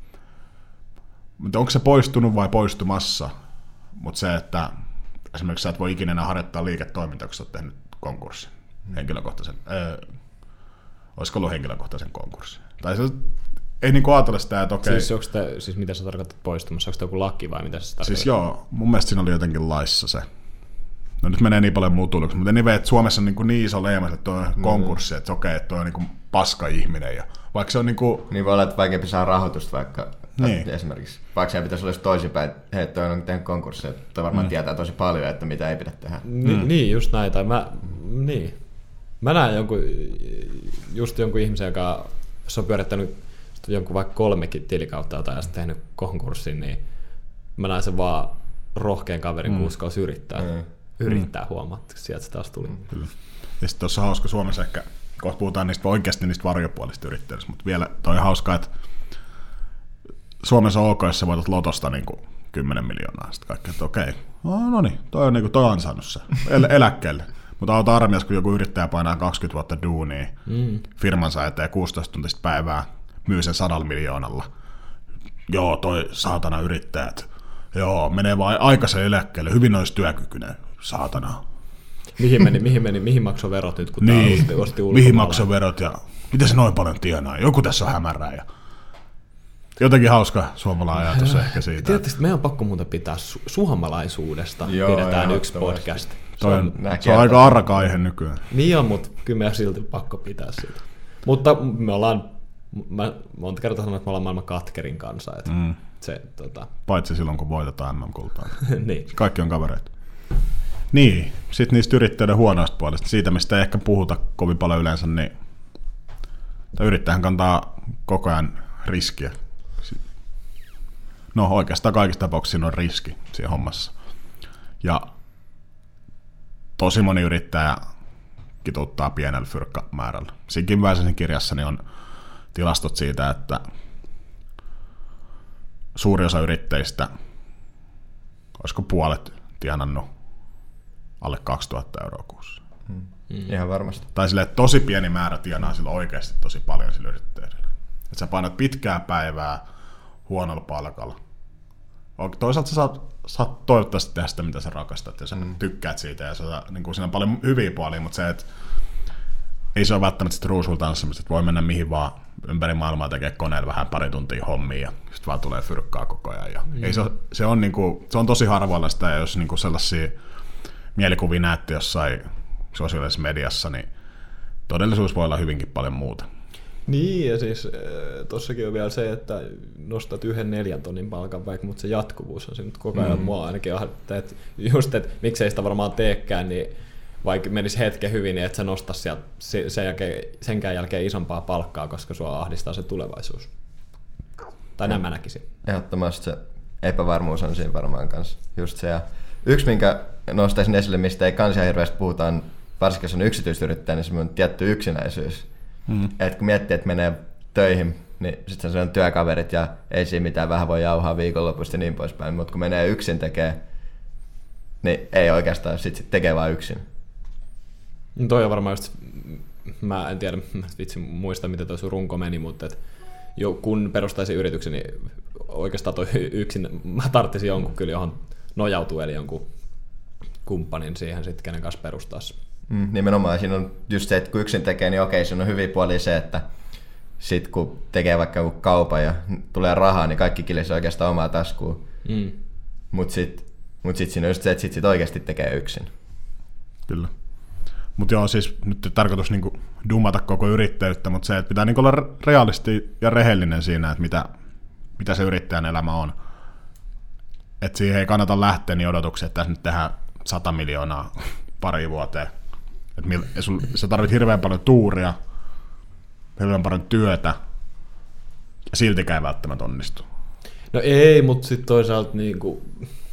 mutta onko se poistunut vai poistumassa, mutta se, että esimerkiksi sä et voi ikinä enää harjoittaa liiketoimintaa, kun sä oot tehnyt konkurssin, mm. henkilökohtaisen, öö, olisiko ollut henkilökohtaisen konkurssin. Tai se ei niin ajatella sitä, että okei. Siis, sitä, siis mitä sä tarkoitat poistumassa? Onko se joku laki vai mitä se tarkoittaa? Siis joo, mun mielestä siinä oli jotenkin laissa se. No nyt menee niin paljon mutuiluksi, mutta anyway, että Suomessa on niin, niin iso leima, että toi on konkurssi, että okei, että toi on niin paska ihminen. Ja vaikka se on niin kuin... Niin voi olla, että vaikeampi saa rahoitusta vaikka niin. Esimerkiksi. Vaikka siellä pitäisi olla toisinpäin, että hei, toi on tehnyt konkurssi, että toi varmaan mm. tietää tosi paljon, että mitä ei pidä tehdä. Ni, mm. Niin, just näin. Tai mä, niin. Mä näen jonkun, just jonkun ihmisen, joka on pyörittänyt jonkun vaikka kolmekin tilikautta tai sitten tehnyt konkurssin, niin mä näen sen vaan rohkean kaverin, mm. kun uskalsi yrittää. Mm. yrittää mm. huomatta, sieltä se taas tuli. Kyllä. Ja sitten tuossa on hauska Suomessa ehkä, kohta puhutaan niistä oikeasti niistä varjopuolista yrittäjistä, mutta vielä toi on hauska, että Suomessa on ok, jos sä voitat lotosta niin kuin kymmenen miljoonaa. Sitten kaikki, että okei, no, no niin, toi on, niin kuin, toi on ansainnut se El- eläkkeelle. Mutta auta armias, kun joku yrittäjä painaa kaksikymmentä vuotta duunia, mm. firmansa eteen kuusitoista tuntista päivää, myy sen sadalla miljoonalla. Joo, toi saatana yrittäjät. Joo, menee vaan aikaisen eläkkeelle, hyvin olisi työkykyinen, saatana. Mihin meni, mihin meni, mihin maksoi verot nyt, kun niin, tämä osti, osti ulkomailla? Mihin maksoi verot ja miten se noin paljon tienaa? Joku tässä on hämärää. Ja jotenkin hauska suomalainen ajatus ehkä siitä. Tietysti meidän on pakko muuten pitää su- suomalaisuudesta. Joo, pidetään yksi podcast. Se on, se on aika arka aihe nykyään. Niin on, mutta kyllä meidän silti pakko pitää siitä. Mutta me ollaan, mä monta kertaa sanonut, että me ollaan maailman katkerin kanssa. Että mm. se, tota... Paitsi silloin, kun voitetaan M M-kultaa. Niin. Kaikki on kavereita. Niin, sitten niistä yrittäjyyden huonoista puolista, siitä mistä ei ehkä puhuta kovin paljon yleensä, niin yrittäjähän kantaa koko ajan riskiä. No oikeastaan kaikissa tapauksissa siinä on riski siinä hommassa. Ja tosi moni yrittäjä kituuttaa pienellä fyrkkamäärällä. Siinä Kim Väisäsen kirjassani on tilastot siitä, että suuri osa yrittäjistä, olisiko puolet tienannut alle kaksituhatta euroa kuussa. Hmm. Ihan varmasti. Tai silleen, että tosi pieni määrä tienaa sillä oikeasti tosi paljon sillä yrittäjällä. Että sä painat pitkää päivää huonolla palkalla. Toisaalta sä saat, saat toivottavasti tehdä sitä, mitä sä rakastat, ja sä mm. tykkäät siitä, ja sä, niin kuin siinä on paljon hyviä puolia, mutta se, että ei se ole välttämättä sitä ruusulla tanssimista, että voi mennä mihin vaan ympäri maailmaa tekee koneella vähän pari tuntia hommia, ja sitten vaan tulee fyrkkaa koko ajan. Ja mm. ei se, se, on niin kuin, se on tosi harvoilla sitä, ja jos niin kuin sellaisia mielikuvia näette jossain sosiaalisessa mediassa, niin todellisuus voi olla hyvinkin paljon muuta. Niin, ja siis tossakin on vielä se, että nostat yhden neljän tonnin palkan vaikka, mutta se jatkuvuus on se nyt koko ajan. Mm. Mua ainakin on, että just, että miksei sitä varmaan teekään, niin vaikka menisi hetken hyvin, niin et sä nostaa sieltä sen jälkeen, senkään jälkeen isompaa palkkaa, koska sua ahdistaa se tulevaisuus. Tai nämä näkisin. Ehdottomasti se epävarmuus on siinä varmaan kanssa. Just se. Ja yksi, minkä nostaisin esille, mistä ei kans ihan hirveästi puhutaan, varsinkin jos on yksityisyrittäjä, niin se on tietty yksinäisyys. Mm. Et kun miettii, että menee töihin, niin sitten se on työkaverit ja ei siinä mitään, vähän voi jauhaa viikonlopusta ja niin poispäin, mutta kun menee yksin tekee, niin ei oikeastaan, sit, sit tekee vaan yksin. No toi on varmaan just, mä en tiedä, mä vitsi muista miten toi sun runko meni, mutta et jo, kun perustaisin yrityksen, niin oikeastaan toi yksin, mä tarttisin jonkun kyllä johon nojautuu, eli jonkun kumppanin siihen sitten, kenen kanssa perustaisi. Mm, nimenomaan siinä on just se, että kun yksin tekee, niin okei, siinä on hyviä puolia se, että sit kun tekee vaikka joku kaupan ja tulee rahaa, niin kaikki kilisee oikeastaan omaa taskuun. Mm. Mutta sitten mut sit siinä on just se, että sit, sit oikeasti tekee yksin. Kyllä. Mutta joo, siis nyt ei tarkoitus niinku dumata koko yrittäjyyttä, mutta se, että pitää niinku olla realisti ja rehellinen siinä, että mitä, mitä se yrittäjän elämä on. Että siihen ei kannata lähteä niin odotuksia, että tässä nyt tehdään sata miljoonaa pari vuoteen. Että sä tarvit hirveän paljon tuuria, hirveän paljon työtä, ja siltikään ei välttämättä onnistu. No ei, mutta sitten toisaalta niinku,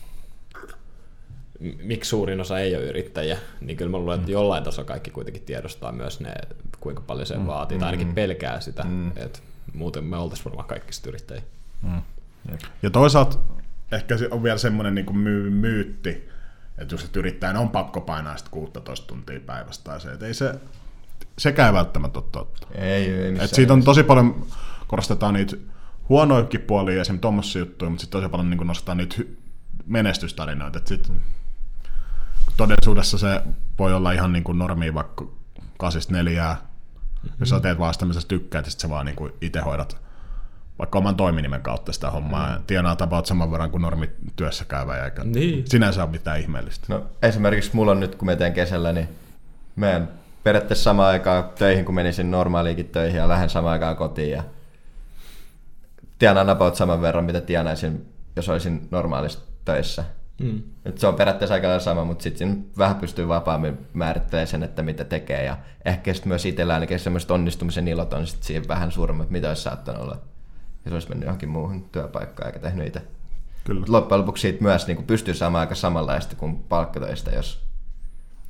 miksi suurin osa ei ole yrittäjiä, niin kyllä mä luulen, että jollain tasolla kaikki kuitenkin tiedostaa myös ne, kuinka paljon se vaatii, tai ainakin pelkää sitä, mm. että muuten me oltaisiin varmaan kaikki sitten yrittäjiä. Mm. Ja toisaalta ehkä on vielä semmoinen niinku my- myytti, että jos et yrittäjän on pakko painaa sitten kuusitoista tuntia päivästä tai se, että ei se, sekään ei välttämättä ole totta. Ei, ei missään. Et siitä on tosi paljon, korostetaan niitä huonoikin puolia, esimerkiksi tuommoisia juttuja, mutta sitten tosi paljon niin nostetaan niitä menestystarinoita. Et sit, todellisuudessa se voi olla ihan niin kuin normia vaikka kasista neljää, mm-hmm. jos sä teet vaan sitä, missä sä tykkäät, ja sitten sä vaan niin kuin itse hoidat vaikka oman toiminimen kautta sitä hommaa, mm. ja tienaa tapaut saman verran kuin normi työssä käyvä, eikä niin. Sinänsä ole mitään ihmeellistä. No, esimerkiksi mulla on nyt, kun mä teen kesällä, niin menen periaatteessa samaan aikaan töihin, kun menisin normaaliinkin töihin, ja lähden samaan aikaan kotiin, ja tienaan about saman verran, mitä tienaisin, jos olisin normaalisti töissä. Mm. Nyt se on periaatteessa aika lailla sama, mutta sitten vähän pystyy vapaammin määrittelemään sen, että mitä tekee, ja ehkä sitten myös itsellä ainakin semmoiset onnistumisen ilot on sitten siihen vähän suuremmat, mitä olisi saattanut olla. Ja se olisi mennyt johonkin muuhun työpaikkaan eikä tehnyt itse. Kyllä. Loppujen lopuksi siitä myös niin pystyy saamaan aika samanlaista kuin palkkatöistä, jos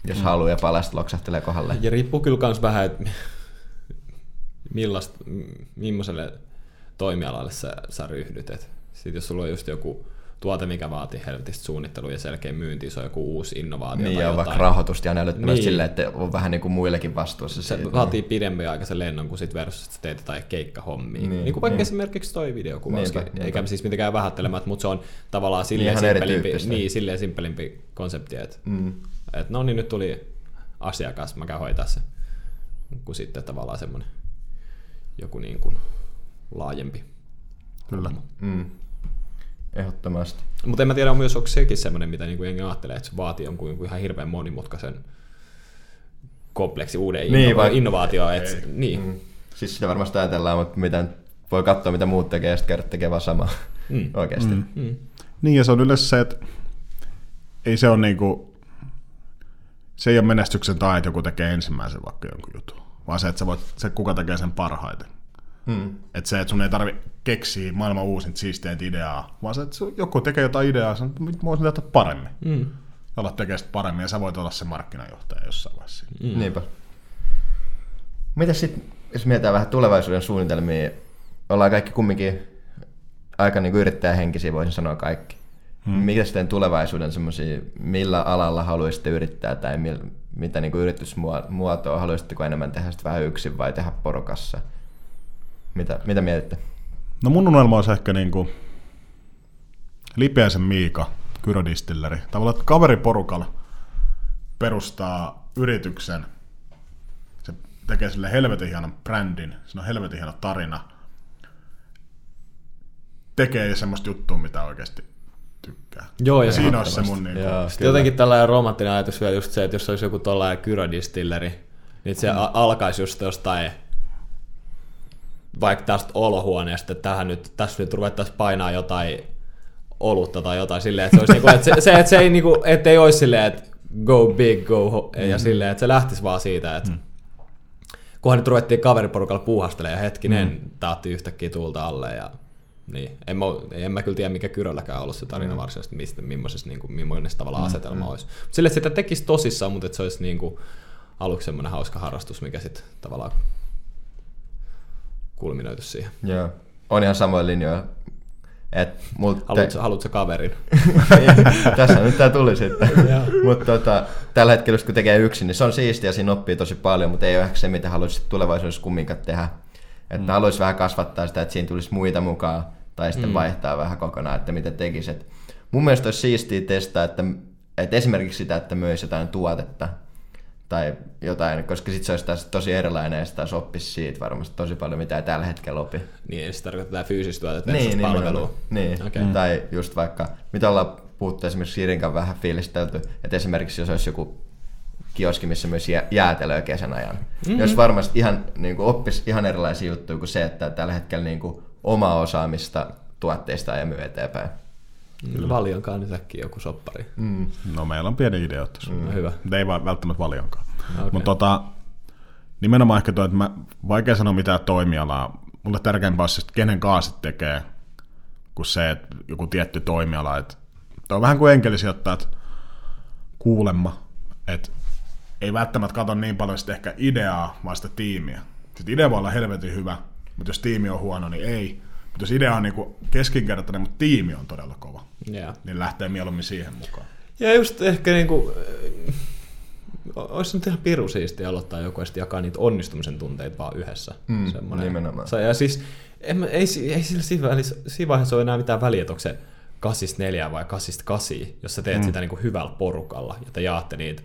jos mm. haluaa ja palasta loksahtelee kohdalle. Ja riippuu kyllä myös vähän, että millaista, millaiselle toimialalle sä, sä ryhdyt. Et sit jos sulla on just joku tuote, mikä vaatii helvetistä suunnittelua ja selkeä myynti, se on joku uusi innovaatio niin, tai ja jotain. vaikka rahoitusta ja älyttömästi niin. silleen, että on vähän niin kuin muillekin vastuussa. Se siitä. Vaatii pidempiä aikaisen lennon kuin sit versus, että sä teet jotain keikkahommia. Niin, niin kuin vaikka niin. esimerkiksi toi videokuvauskin, niinpä, eikä niinpä. siis mitenkään vähättelemättä, mutta se on tavallaan silleen simppelimpi, niin, silleen simppelimpi konsepti, että mm. et, no niin, nyt tuli asiakas, mä käyn hoitaa se, kuin sitten tavallaan semmoinen joku niin kuin laajempi. Kyllä. Mm. Ehdottomasti. Mutta en mä tiedä, myös onko sekin semmoinen, mitä niinku jengi ajattelee, että se vaatii jonkun, jonkun ihan hirveän monimutkaisen kompleksi uuden niin, inno- innovaatio. Et, niin. mm. Siis sitä varmasti ajatellaan, mutta mitä, voi katsoa, mitä muut tekee, ja sitten kerran tekee vaan samaa mm. oikeasti. Mm. Mm. Niin, ja se on yleensä se, että ei se ole niinku, se ei ole menestyksen tae, että joku tekee ensimmäisen vaikka jonkun jutun, vaan se, että sä voit, se kuka tekee sen parhaiten. Hmm. Että se, että sun ei tarvitse keksiä maailman uusinta siisteet ideaa, vaan se, että joku tekee jotain ideaa, että mä voisin tehdä paremmin. Hmm. Olla tekemään sitä paremmin, ja sä voit olla se markkinajohtaja jossain vaiheessa. Hmm. Niinpä. Mitäs sitten, jos mietitään vähän tulevaisuuden suunnitelmia, ollaan kaikki kumminkin aika niin kuin yrittäjähenkisiä, voisin sanoa kaikki. Hmm. Mikä sitten tulevaisuuden semmoisia, millä alalla haluaisitte yrittää, tai mil, mitä niin kuin yritysmuotoa haluaisitteko enemmän tehdä sitten vähän yksin vai tehdä porukassa? Mitä, mitä mietitte? No mun unelma olisi ehkä niinku Lipeäisen Miika, Kyrodistilleri. Tavallaan, että kaveriporukalla perustaa yrityksen, se tekee sille helvetin hienon brändin, se on helvetin hieno tarina, tekee semmoista juttua, mitä oikeasti tykkää. Joo, ja siinä olisi se mun niinku. Sitten jotenkin tällainen romanttinen ajatus vielä just se, että jos olisi joku tollainen Kyrodistilleri, niin se mm. alkaisi just jostain vaikka tästä olohuoneesta, että tähän nyt, tässä nyt ruvettaisiin painaa jotain olutta tai jotain silleen, että se, olisi niinku, että se, se, että se ei, niinku, että ei olisi silleen, että go big, go ho, ja mm. silleen, että se lähtisi vaan siitä, että mm. kunhan nyt ruvettiin kaveriporukalla puuhastelemaan ja hetkinen, mm. taatti yhtäkkiä tuulta alle ja niin. En mä, en mä kyllä tiedä, mikä Kyrölläkään ollut se tarina mm. varsinaisesti, mistä, millaisessa, niin kuin, millainen tavallaan mm. asetelma mm. olisi. Sille, että sitä tekisi tosissaan, mutta että se olisi niin kuin, aluksi semmoinen hauska harrastus, mikä sitten tavallaan kulminoitu siihen. Joo, on ihan samoin linjoilla. Haluatko, te... haluatko kaverin? Tässä nyt tää tuli sitten. Mutta tota, tällä hetkellä, kun tekee yksin, niin se on siistiä, siinä oppii tosi paljon, mutta ei ole ehkä se, mitä haluaisi tulevaisuudessa kumminkaan tehdä. Että mm. haluaisi vähän kasvattaa sitä, että siinä tulisi muita mukaan, tai sitten mm. vaihtaa vähän kokonaan, että mitä tekisi. Et mun mielestä olisi siistiä testaa, että, että esimerkiksi sitä, että möisi jotain tuotetta, tai jotain, koska sitten se olisi taas tosi erilainen ja sitten taas oppisi siitä varmasti tosi paljon, mitä ei tällä hetkellä opi. Niin, eli se tarkoittaa fyysistä tuotetta niin, niin, palvelua. Niin, okay. mm. Tai just vaikka, mitä ollaan puhuttu esimerkiksi Irinkan vähän fiilistelty, että esimerkiksi jos olisi joku kioski, missä myös jäätelöä kesän ajan, mm-hmm. jos varmasti ihan, niin kuin oppisi ihan erilaisia juttuja kuin se, että tällä hetkellä niin kuin omaa osaamista tuotteista ja myy eteenpäin. Mm. Valionkaan nyt äkkiä joku soppari. Mm. No meillä on pieni idea tuossa. Mm. Hyvä. Ei vaan välttämättä Valionkaan. Okay. Mutta tota, nimenomaan ehkä tuo, että mä vaikea sanoa mitään toimialaa. Mulle tärkeämpää on se, että kenen kanssa tekee, kuin se, että joku tietty toimiala. Että on vähän kuin enkelisijoittajat kuulemma, että ei välttämättä katso niin paljon sitten ehkä ideaa, vaan sitä tiimiä. Sitten idea voi olla helvetin hyvä, mutta jos tiimi on huono, niin ei. Mutta jos idea on niinku keskinkertainen, mutta tiimi on todella kova, yeah. niin lähtee mieluummin siihen mukaan. Ja just ehkä niinku, olisi nyt ihan pirun siistiä aloittaa joku ja sitten jakaa niitä onnistumisen tunteita vaan yhdessä. Mm, nimenomaan. Ja siis ei, ei, ei sillä siinä vaiheessa ole enää mitään väliä, että onko se kasista neljää vai kasista kasi, jos sä teet mm. sitä niinku hyvällä porukalla ja te jaatte niitä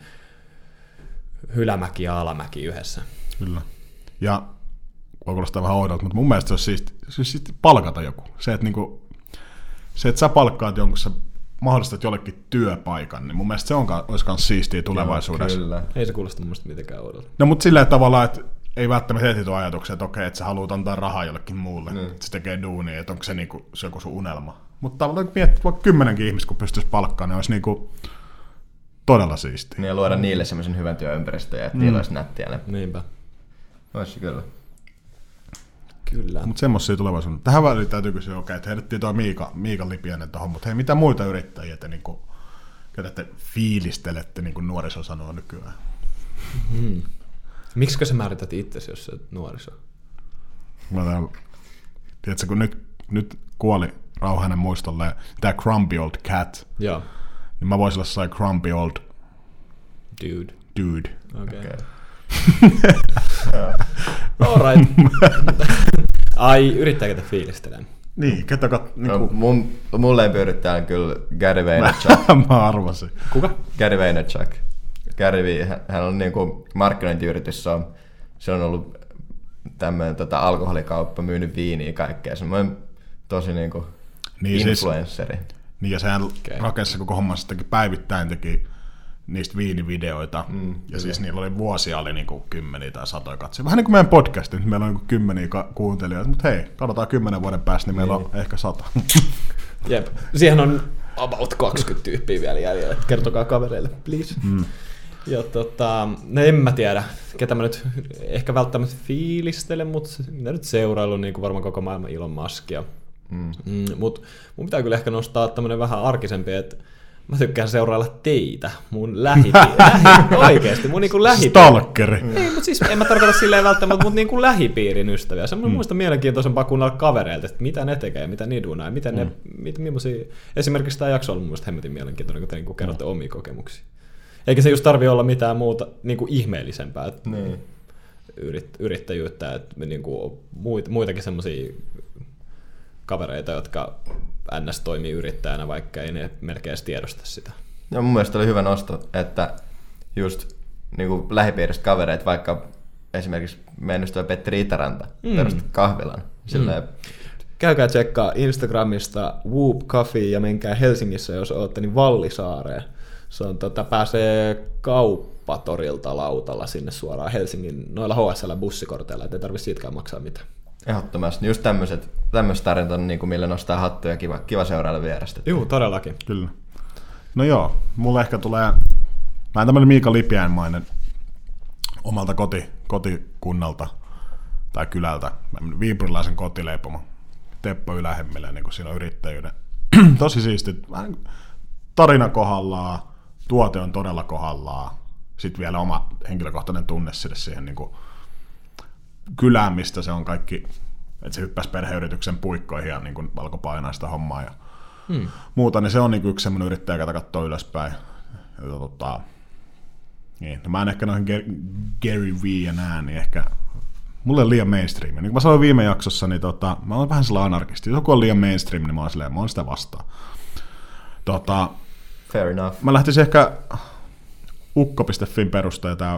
ylämäki ja alamäki yhdessä. Kyllä. Ja voi kuulostaa vähän oudolta, mutta mun mielestä se olisi siisti, se olisi siisti palkata joku. Se että, niinku, se, että sä palkkaat jonkun, sä mahdollistat jollekin työpaikan, niin mun mielestä se on, olisi myös siistiä tulevaisuudessa. Joo, kyllä. Ei se kuulosta mun mielestä mitenkään oudolta. No mutta silleen tavalla, että ei välttämättä heti tuo ajatuksia, että okei, että sä haluat antaa rahaa jollekin muulle, mm. että se tekee duunia, että onko se, niinku, se joku sun unelma. Mutta tavallaan miettii, vaikka kymmenenkin ihmistä, kun pystyisi palkkaamaan, niin olisi niinku todella siistiä. Niin ja luoda mm. niille semmoisen hyvän työympäristön ja että mm. niillä olisi nättiä ne. Niinpä. Olisi kyllä. Kyllä. Mutta semmoisia tulevaisuuden. Tähän väliin täytyy kysyä, okei, että heitettiin tuo Miika, Miika Lipiäinen tuohon, mutta hei, mitä muita yrittäjiä te niinku ketä te fiilistelette, niin kuin nuoriso sanoo nykyään. Hmm. Miksikö sä määrität itsesi, jos sä oot nuoriso? Mä tämän, tiedätkö, kun nyt, nyt kuoli rauhainen muistolle tämä Grumpy Old Cat, Joo. niin mä voisin olla sellainen Grumpy Old Dude. Dude. Okei. Okay. Alright. Ai, yrittääkö te fiilistelemään? Niin, ketä kat... Niin No, kuin... mun, mulle pyörittää kyllä Gary Vaynerchuk. Mä arvasin. Kuka? Gary Vaynerchuk. Gary V, hän on niinku markkinointiyritys, se on, se on ollut tämmöinen tota, alkoholikauppa, myynyt viiniä ja kaikkea. Semmoinen tosi niinku niin, influensseri. Siis, niin ja sehän Okay. rakensi koko hommansa teki päivittäin teki niistä viinivideoita. Mm, ja kyllä. Siis niillä oli vuosia oli niinku kymmeniä tai satoja katsoja. Vähän niin kuin meidän podcastin, nyt meillä on niinku kymmeniä ka- kuuntelijoita, mutta hei, katsotaan kymmenen vuoden päästä, niin meillä niin. on ehkä sata. Jep. Siihen on about kaksikymmentä tyyppiä vielä jäljellä. Kertokaa kavereille, please. Mm. Ja tota, no en mä tiedä, ketä mä nyt ehkä välttämättä fiilistelen, mutta minä nyt seuraillut niin kuin varmaan koko maailman Elon Muskia. Mm. Mm, mutta mun pitää kyllä ehkä nostaa tämmönen vähän arkisempi, että mä tykkään seurailla teitä, mun lähipiiri. lähi, oikeesti, mun niinku lähipiiri. Stalkeri. Ei, mutta siis en mä tarkoita silleen välttämättä, mutta niinku lähipiirin ystäviä. Se on mm. muista mielenkiintoisempaa kuunnella kavereilta, että mitä ne tekee, mitä ne duunaa, miten mm. ne, mit, millaisia... Esimerkiksi tämä jakso on ollut mun mielestä hemmetin mielenkiintoinen, kun te niinku kerrotte mm. omia kokemuksia. Eikä se just tarvitse olla mitään muuta niinku ihmeellisempää. Niin. Yrit, yrittäjyyttä, että niinku muit, muitakin semmoisia kavereita, jotka ns. Toimii yrittäjänä, vaikka ei ne melkein edes tiedosta sitä. Ja mun mielestä oli hyvä nosto, että just niin kuin lähipiiristä kavereita, vaikka esimerkiksi meidän ystävä Petteri Itäranta mm. perusti kahvilan. Silleen... Mm. Käykää tsekkaa Instagramista Whoop Coffee ja menkää Helsingissä, jos ootte, niin Vallisaareen. Se on, tota, pääsee kauppatorilta lautalla sinne suoraan Helsingin noilla H S L-bussikorteilla, ettei tarvitse siitäkään maksaa mitään. Ehdottomasti. Just tämmöiset, tämmöiset tarinat on, niin kuin millä nostaa hattuja ja kiva, kiva seurailla vierestä. Joo, todellakin. Kyllä. No joo, mulle ehkä tulee vähän tämmöinen Miika Lipiäinmainen omalta koti, kotikunnalta tai kylältä, viipurilaisen kotileipomo, Teppo Ylähemmilä, niin kuin siinä on yrittäjyyden. Tosi siisti, tarina kohdallaan, tuote on todella kohdallaan, sitten vielä oma henkilökohtainen tunne sille siihen niin kuin kylään, mistä se on kaikki, että se hyppäsi perheyrityksen puikkoihin ja niin kuin alkoi painaa sitä hommaa ja hmm. muuta, niin se on niin kuin yksi semmoinen yrittäjä, joka katsoo ylöspäin. Ja, tota, niin. No, mä en ehkä noihin Gary V ja nää, niin ehkä mulle on liian mainstream. Niin kuin mä sanoin viime jaksossa, niin tota, mä oon vähän sellainen anarkisti. Jos joku on liian mainstream, niin mä oon, silleen, mä oon sitä vastaan. Tota, Fair enough. Mä lähtisin ehkä ukko piste fin perustaja, tää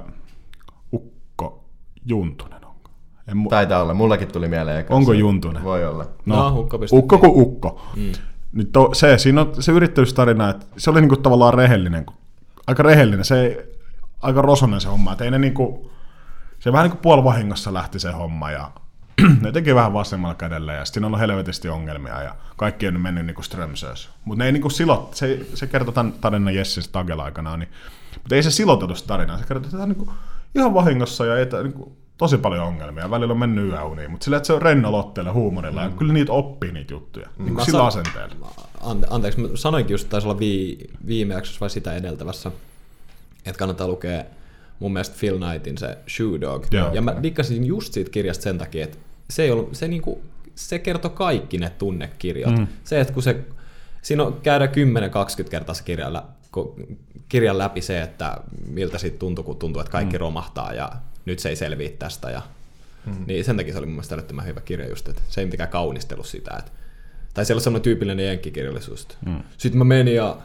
Ukko Juntunen. En mu- Taitaa olla, mullakin tuli mieleen. Onko se Juntunen? Voi olla. No, no ukko, ukko kuin ukko. Mm. Nyt to, se, siinä on se yrittäjyystarina, että se oli niinku tavallaan rehellinen, aika rehellinen, se aika rosonen se homma, että ei ne niinku, se vähän niinku puolivahingossa lähti se homma ja ne teki vähän vasemmalla kädellä ja sitten siinä on ollut helvetisti ongelmia ja kaikki on mennyt niinku strömsöös. Mutta ne ei niinku silot, se, se kertoi tämän tarinan Jessin Stagel aikanaan, niin, mutta ei se siloteltu sitä tarinaa, se kertoi, että niinku ihan vahingossa ja etä, niinku, tosi paljon ongelmia. Välillä on mennyt yöuniin, mutta sillä, että se on rennolla otteella huumorilla, mm. ja kyllä niitä oppii niitä juttuja, mm. niin kuin sillä san... asenteella. Ante- anteeksi, mä sanoinkin just, taisi olla vii- viime jaksossa vai sitä edeltävässä, että kannattaa lukea mun mielestä Phil Knightin se Shoe Dog. Joo, ja mä dikkasin just siitä kirjasta sen takia, että se, ei ollut, se, niinku, se kertoi kaikki ne tunnekirjat. Mm. Se, että kun se, siinä on käydä kymmenen kaksikymmentä kertaa se kirjalla, kirjan läpi se, että miltä siitä tuntuu, kun tuntuu, että kaikki mm. romahtaa ja nyt se ei selviä tästä. Ja, mm. niin sen takia se oli mun mielestä älyttömän hyvä kirja just, että se ei mitenkään kaunistellut sitä. Että, tai siellä on semmoinen tyypillinen jenkkikirjallisuus. Mm. Sitten mä menin ja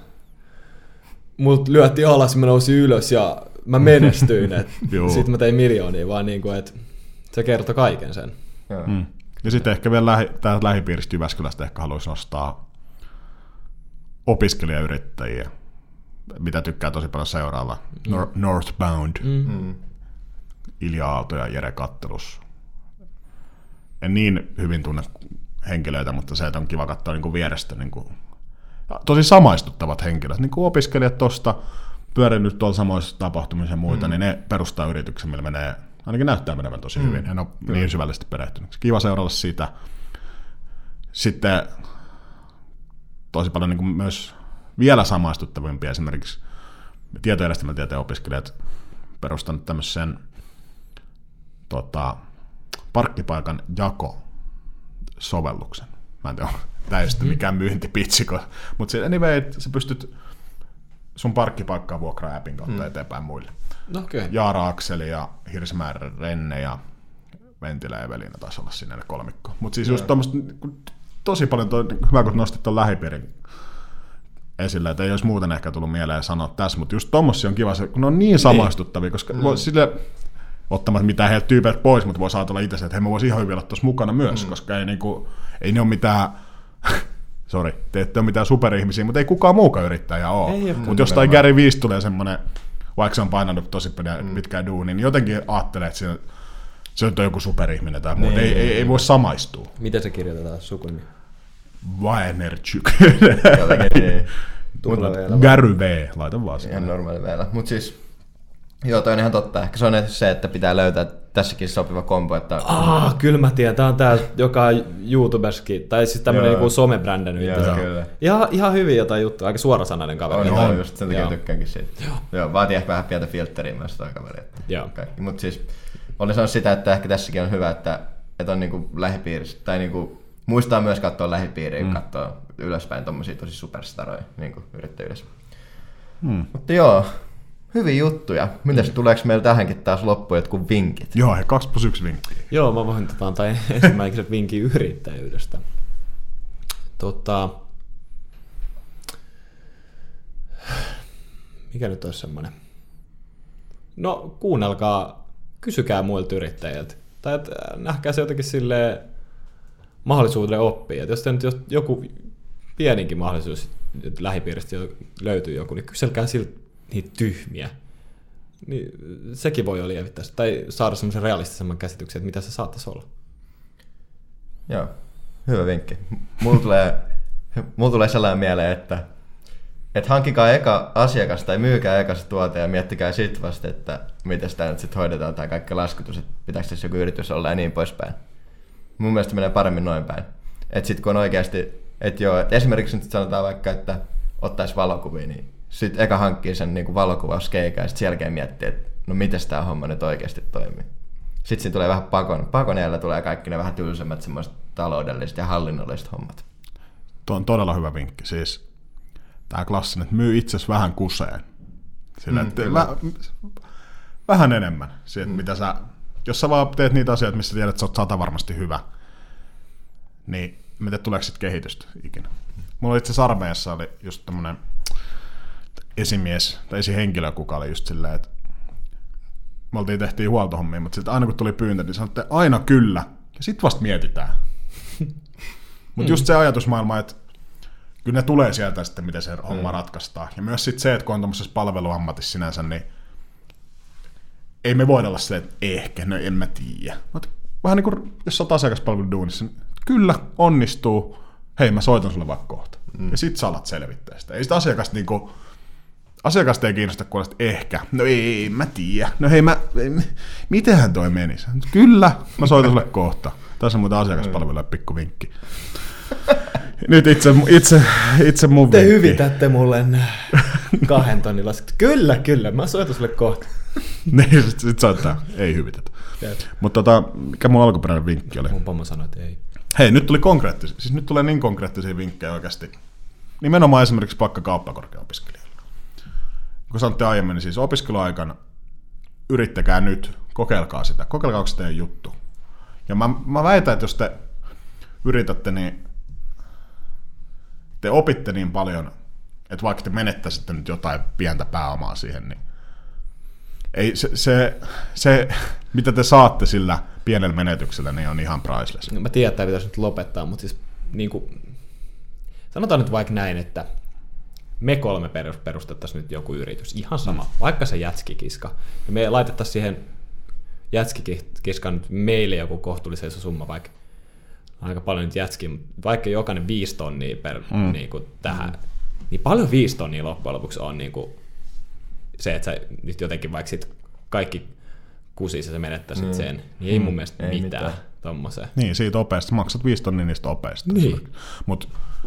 mut lyötiin alas, mä nousin ylös ja mä menestyin. Sitten mä tein miljoonia, vaan niin kuin, että se kertoi kaiken sen. Mm. Ja sitten ehkä vielä lähi, täältä lähipiiristä Jyväskylästä ehkä haluaisi nostaa opiskelijayrittäjiä, mitä tykkää tosi paljon seuraava. Mm. Nor- Northbound. Mm. Ilja Aalto ja Jere Kattelus. En niin hyvin tunne henkilöitä, mutta se, että on kiva katsoa niin kuin vierestä niin kuin, tosi samaistuttavat henkilöt. Niin kuin opiskelijat tuosta pyörinyt tuolla samoissa tapahtumissa ja muita, mm. niin ne perustaa yrityksen, millä menee, ainakin näyttää menevän tosi mm. hyvin. En ole Kyllä. niin syvällisesti perehtynyt. Kiva seurata sitä. Sitten tosi paljon niin kuin myös vielä samaistuttavimpia esimerkiksi tietojärjestelmätieteen opiskelijat perustanut tämmöisen tota, parkkipaikan jako-sovelluksen. Mä en tiedä, tämä ei ole mikään myyntipitsi, mutta anyway, sä pystyt sun parkkipaikkaa vuokraa appin kautta mm. eteenpäin muille. No, okay. Jaara Akseli ja Hirsimäärä Renne ja Ventilä Evelina taisi olla siinä ne kolmikko. Mutta siis just tommoista, tosi paljon, toi, hyvä kun nostit tuon lähipiirin esille, että ei olisi muuten ehkä tullut mieleen sanoa tässä, mutta just tommosia on kiva, kun ne on niin samaistuttavia, koska mm. voi sille ottamatta mitään heiltä tyypeiltä pois, mutta voisi ajatella itse, että hei, mä voisin ihan hyvin olla tuossa mukana myös, mm. koska ei, niinku, ei ne ole mitään, sori, te ette ole mitään superihmisiä, mutta ei kukaan muukaan yrittäjä ole. Mutta jostain Gary Vee tulee semmoinen, vaikka se on painanut tosi pitkään duunia, niin jotenkin ajattelee, että siinä, se on joku superihminen tai muuta. Ei, ei, ei voi samaistua. Miten se kirjoitetaan sukuni? Vaenerchuk. Gary V, laita vaan sitä. Ihan normaali vielä. Mutta siis, joo, toi on ihan totta. Ehkä se on se, että pitää löytää tässäkin sopiva kombo. Että... Ah, kyllä mä tiedän. Tää on tää, joka YouTubeskin, tai siis tämmönen niinku somebrändänyt. Joo, kyllä. Ihan, ihan hyvin jotain juttua, aika suorasanainen kaveri. On, on just sen takia tykkäänkin siitä. Joo. Joo, vaatii ehkä vähän pientä filtteriä myös toi kaveri. Joo. Mutta siis, olin sanonut sitä, että ehkä tässäkin on hyvä, että, että on niinku lähipiirissä, tai niinku muistaa myös katsoa lähipiiriä, mm. katsoa ylöspäin tommosia tosi superstaroja niinku yrittäjyydessä. Mm. Mutta joo, hyviä juttuja. Mites mm. tuleeko meillä tähänkin taas loppuun jotkut vinkit? Joo, he kaksi plus yksi vinkkiä. Joo, mä voin tota, antaa ensimmäiseksi vinkin yrittäjyydestä. Tota, mikä nyt olisi semmoinen? No, kuunnelkaa, kysykää muilta yrittäjiltä. Tai et, nähkää se jotenkin silleen mahdollisuuden oppia. Et jos te nyt joku pieninkin mahdollisuus lähipiiristä löytyy joku, niin kyselkää siltä niitä tyhmiä. Niin sekin voi lievittää tai saada semmoisen realistisemman käsityksen, että mitä se saattaisi olla. Joo, hyvä vinkki. Mulla tulee, mulla tulee sellainen mieleen, että, että hankkikaa eka asiakas tai myykää eka se tuote ja miettikää sitten vasta, että miten sitä nyt sitten hoidetaan tai kaikki laskutus, että pitääkö tässä joku yritys olla ja niin poispäin. Mun mielestä menee paremmin noin päin. Että sitten kun on oikeasti, että joo, että esimerkiksi nyt sanotaan vaikka, että ottaisi valokuvia, niin sitten eka hankkii sen niin valokuvauskeikan ja sitten sen jälkeen miettii, että no miten tämä homma nyt oikeasti toimii. Sitten siinä tulee vähän pakon. Pakon jäljellä tulee kaikki ne vähän tylsemmät semmoiset taloudelliset ja hallinnolliset hommat. Tuo on todella hyvä vinkki. Siis tämä klassinen, että myy itsesi vähän kuseen. Sillä, mm, väh, vähän enemmän. Siitä, mm. mitä sä, jos sä vaan teet niitä asioita, missä tiedät, että sä oot sata varmasti hyvä, niin miten tuleeko sitten kehitystä ikinä? Mulla itse asiassa armeijassa oli just tämmönen esimies tai esihenkilö, kuka oli just silleen, että me oltiin tehtiin huoltohommia, mutta sitten aina kun tuli pyyntö, niin sanottiin aina kyllä, ja sitten vasta mietitään. Mutta just se ajatusmaailma, että kyllä ne tulee sieltä sitten, miten se homma mm. ratkaistaan. Ja myös sitten se, että kun on tuommoisessa palveluammatissa sinänsä, niin ei me voida olla se, että ehkä, no en mä tiedä. Mutta vähän niin kuin, jos sä oot asiakaspalveluduunissa, niin kyllä onnistuu, hei mä soitan sulle vaikka kohta. Mm. Ja sit sä alat selvittää sitä. Ei sitä asiakasta niinku, asiakasta ei kiinnosta kuulosta ehkä. No ei, mä tiedä. No hei mä, mitenhän toi menisi? Kyllä, mä soitan sulle kohta. Tässä on muuten asiakaspalveluja pikku vinkki. Nyt itse, itse, itse mun Te vinkki. hyvitätte mulle kahden tonnin laskut. Kyllä, kyllä, mä soitan sulle kohta. Niin, sit, sit soittaa. Ei hyvitetä. Mutta tota, mikä mun alkuperäinen vinkki oli? Mun pommo sanoi, että ei. Hei, nyt tuli konkreettisia, siis nyt tulee niin konkreettisia vinkkejä oikeasti. Nimenomaan esimerkiksi vaikka kauppakorkea-opiskelijoille. Kun sanotte aiemmin, niin siis opiskeluaikana yrittäkää nyt, kokeilkaa sitä, kokeilkaa, onko se teidän juttu. Ja mä, mä väitän, että jos te yritätte, niin te opitte niin paljon, että vaikka te menettäisitte nyt jotain pientä pääomaa siihen, niin ei, se, se, se, mitä te saatte sillä pienellä menetyksellä, niin on ihan priceless. No, mä tiedän, että pitäisi nyt lopettaa, mutta siis niin kuin, sanotaan nyt vaikka näin, että me kolme perustettaisiin nyt joku yritys, ihan sama, mm. vaikka se jätskikiska, ja me laitettaisiin siihen jätskikiskan nyt meille joku kohtuullisen iso summa, vaikka aika paljon nyt jätskiä, vaikka jokainen viisi tonnia per mm. niin kuin tähän, mm. niin paljon viisi tonnia loppujen lopuksi on niin kuin se, että sä nyt jotenkin vaikka sit kaikki kusissa sä menettäisit mm. sen, niin ei mun mielestä ei mitään, mitään. Tommoseen. Niin, siitä opeista. Maksat viisi tonnia niistä opeista. Niin. Mutta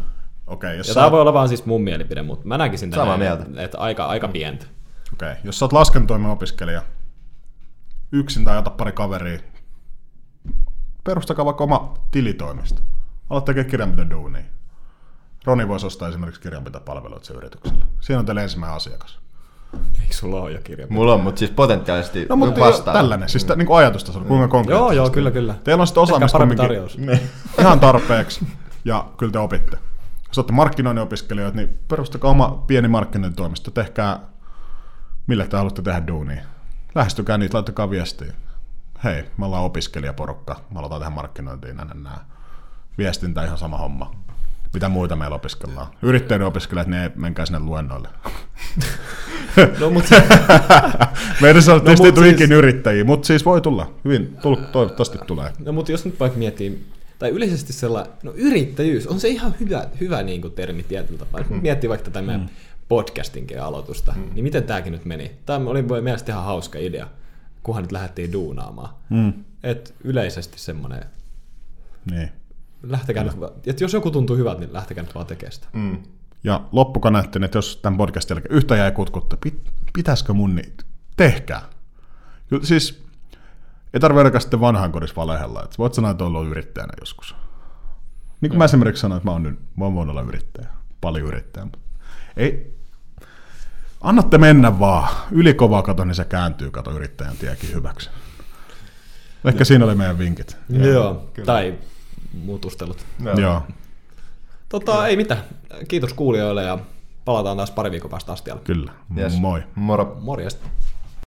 Okei, jos Ja sä tämä oot, voi olla vaan siis mun mielipide, mutta mä näkisin tänne, Samaa mieltä. että aika, aika pientä. okei, jos sä oot laskentoimen opiskelija, yksin tai ota pari kaveria, perustakaa vaikka oma tilitoimisto. Alat tekemään kirjanpitoduunia. Roni voisi ostaa esimerkiksi kirjanpitopalveluita sen yrityksellä. Siinä on teille ensimmäinen asiakas. Eikö sulla ole jo kirja? Mulla on, mutta siis potentiaalisesti No mutta vastaan. tällainen, siis mm. niin kuin ajatustasolla, kuinka konkreettisesti. Joo, joo, kyllä, kyllä. Teillä on sitten osaamista parempi kumminkin tarjous. ihan tarpeeksi, ja kyllä te opitte. Jos olette markkinoinnin opiskelijoita, niin perustakaa oma pieni markkinointitoimisto, tehkää mille te haluatte tehdä duunia. Lähestykää niitä, laittakaa viestiä. Hei, me ollaan opiskelijaporukka, me aloitetaan tehdä markkinointiin, näin, näin. Viestintä ihan sama homma. Mitä muita meillä opiskellaan? Yrittäjien opiskelijat, niin ei menkää sinne luennoille. No, mutta Meidän on No, tietysti mut siis- ikin yrittäjiä, mutta siis voi tulla. Hyvin, tul- toivottavasti tulee. no, mut jos nyt vaikka miettii, tai yleisesti sellainen, no yrittäjyys, on se ihan hyvä, hyvä niin kuin termi tietyllä tapaa. Jos miettii vaikka tätä meidän podcastinkin aloitusta, mm. niin miten tämäkin nyt meni? Tämä oli mielestäni ihan hauska idea, kunhan nyt lähdettiin duunaamaan. Mm. Et yleisesti semmoinen, Niin. lähtekää nyt, että jos joku tuntuu hyvältä, niin lähtekää nyt vaan tekemään sitä. Mm. Ja loppukaneettiin, että jos tämän podcastin jälkeen yhtä jäi kutkutta, pit, pitäisikö mun, niin tehkää. Kyllä, siis ei tarvitse ainakaan sitten vanhaan kodissa valehella. Että voit sanoa, että on ollut yrittäjänä joskus. Niin kuin mä esimerkiksi sanoin, että mä oon, nyt, mä oon voinut olla yrittäjä. Paljon yrittäjä. Mutta ei. Annatte mennä vaan. Ylikovaa kato, niin se kääntyy, kato yrittäjän tiekin hyväksi. Ehkä no. Siinä oli meidän vinkit. Joo, Joo. tai mutustelut. Joo. Joo. Tota, ei mitään. Kiitos kuulijoille ja palataan taas pari viikon päästä astialle. Kyllä. Yes. Moi. Moro. Morjesta.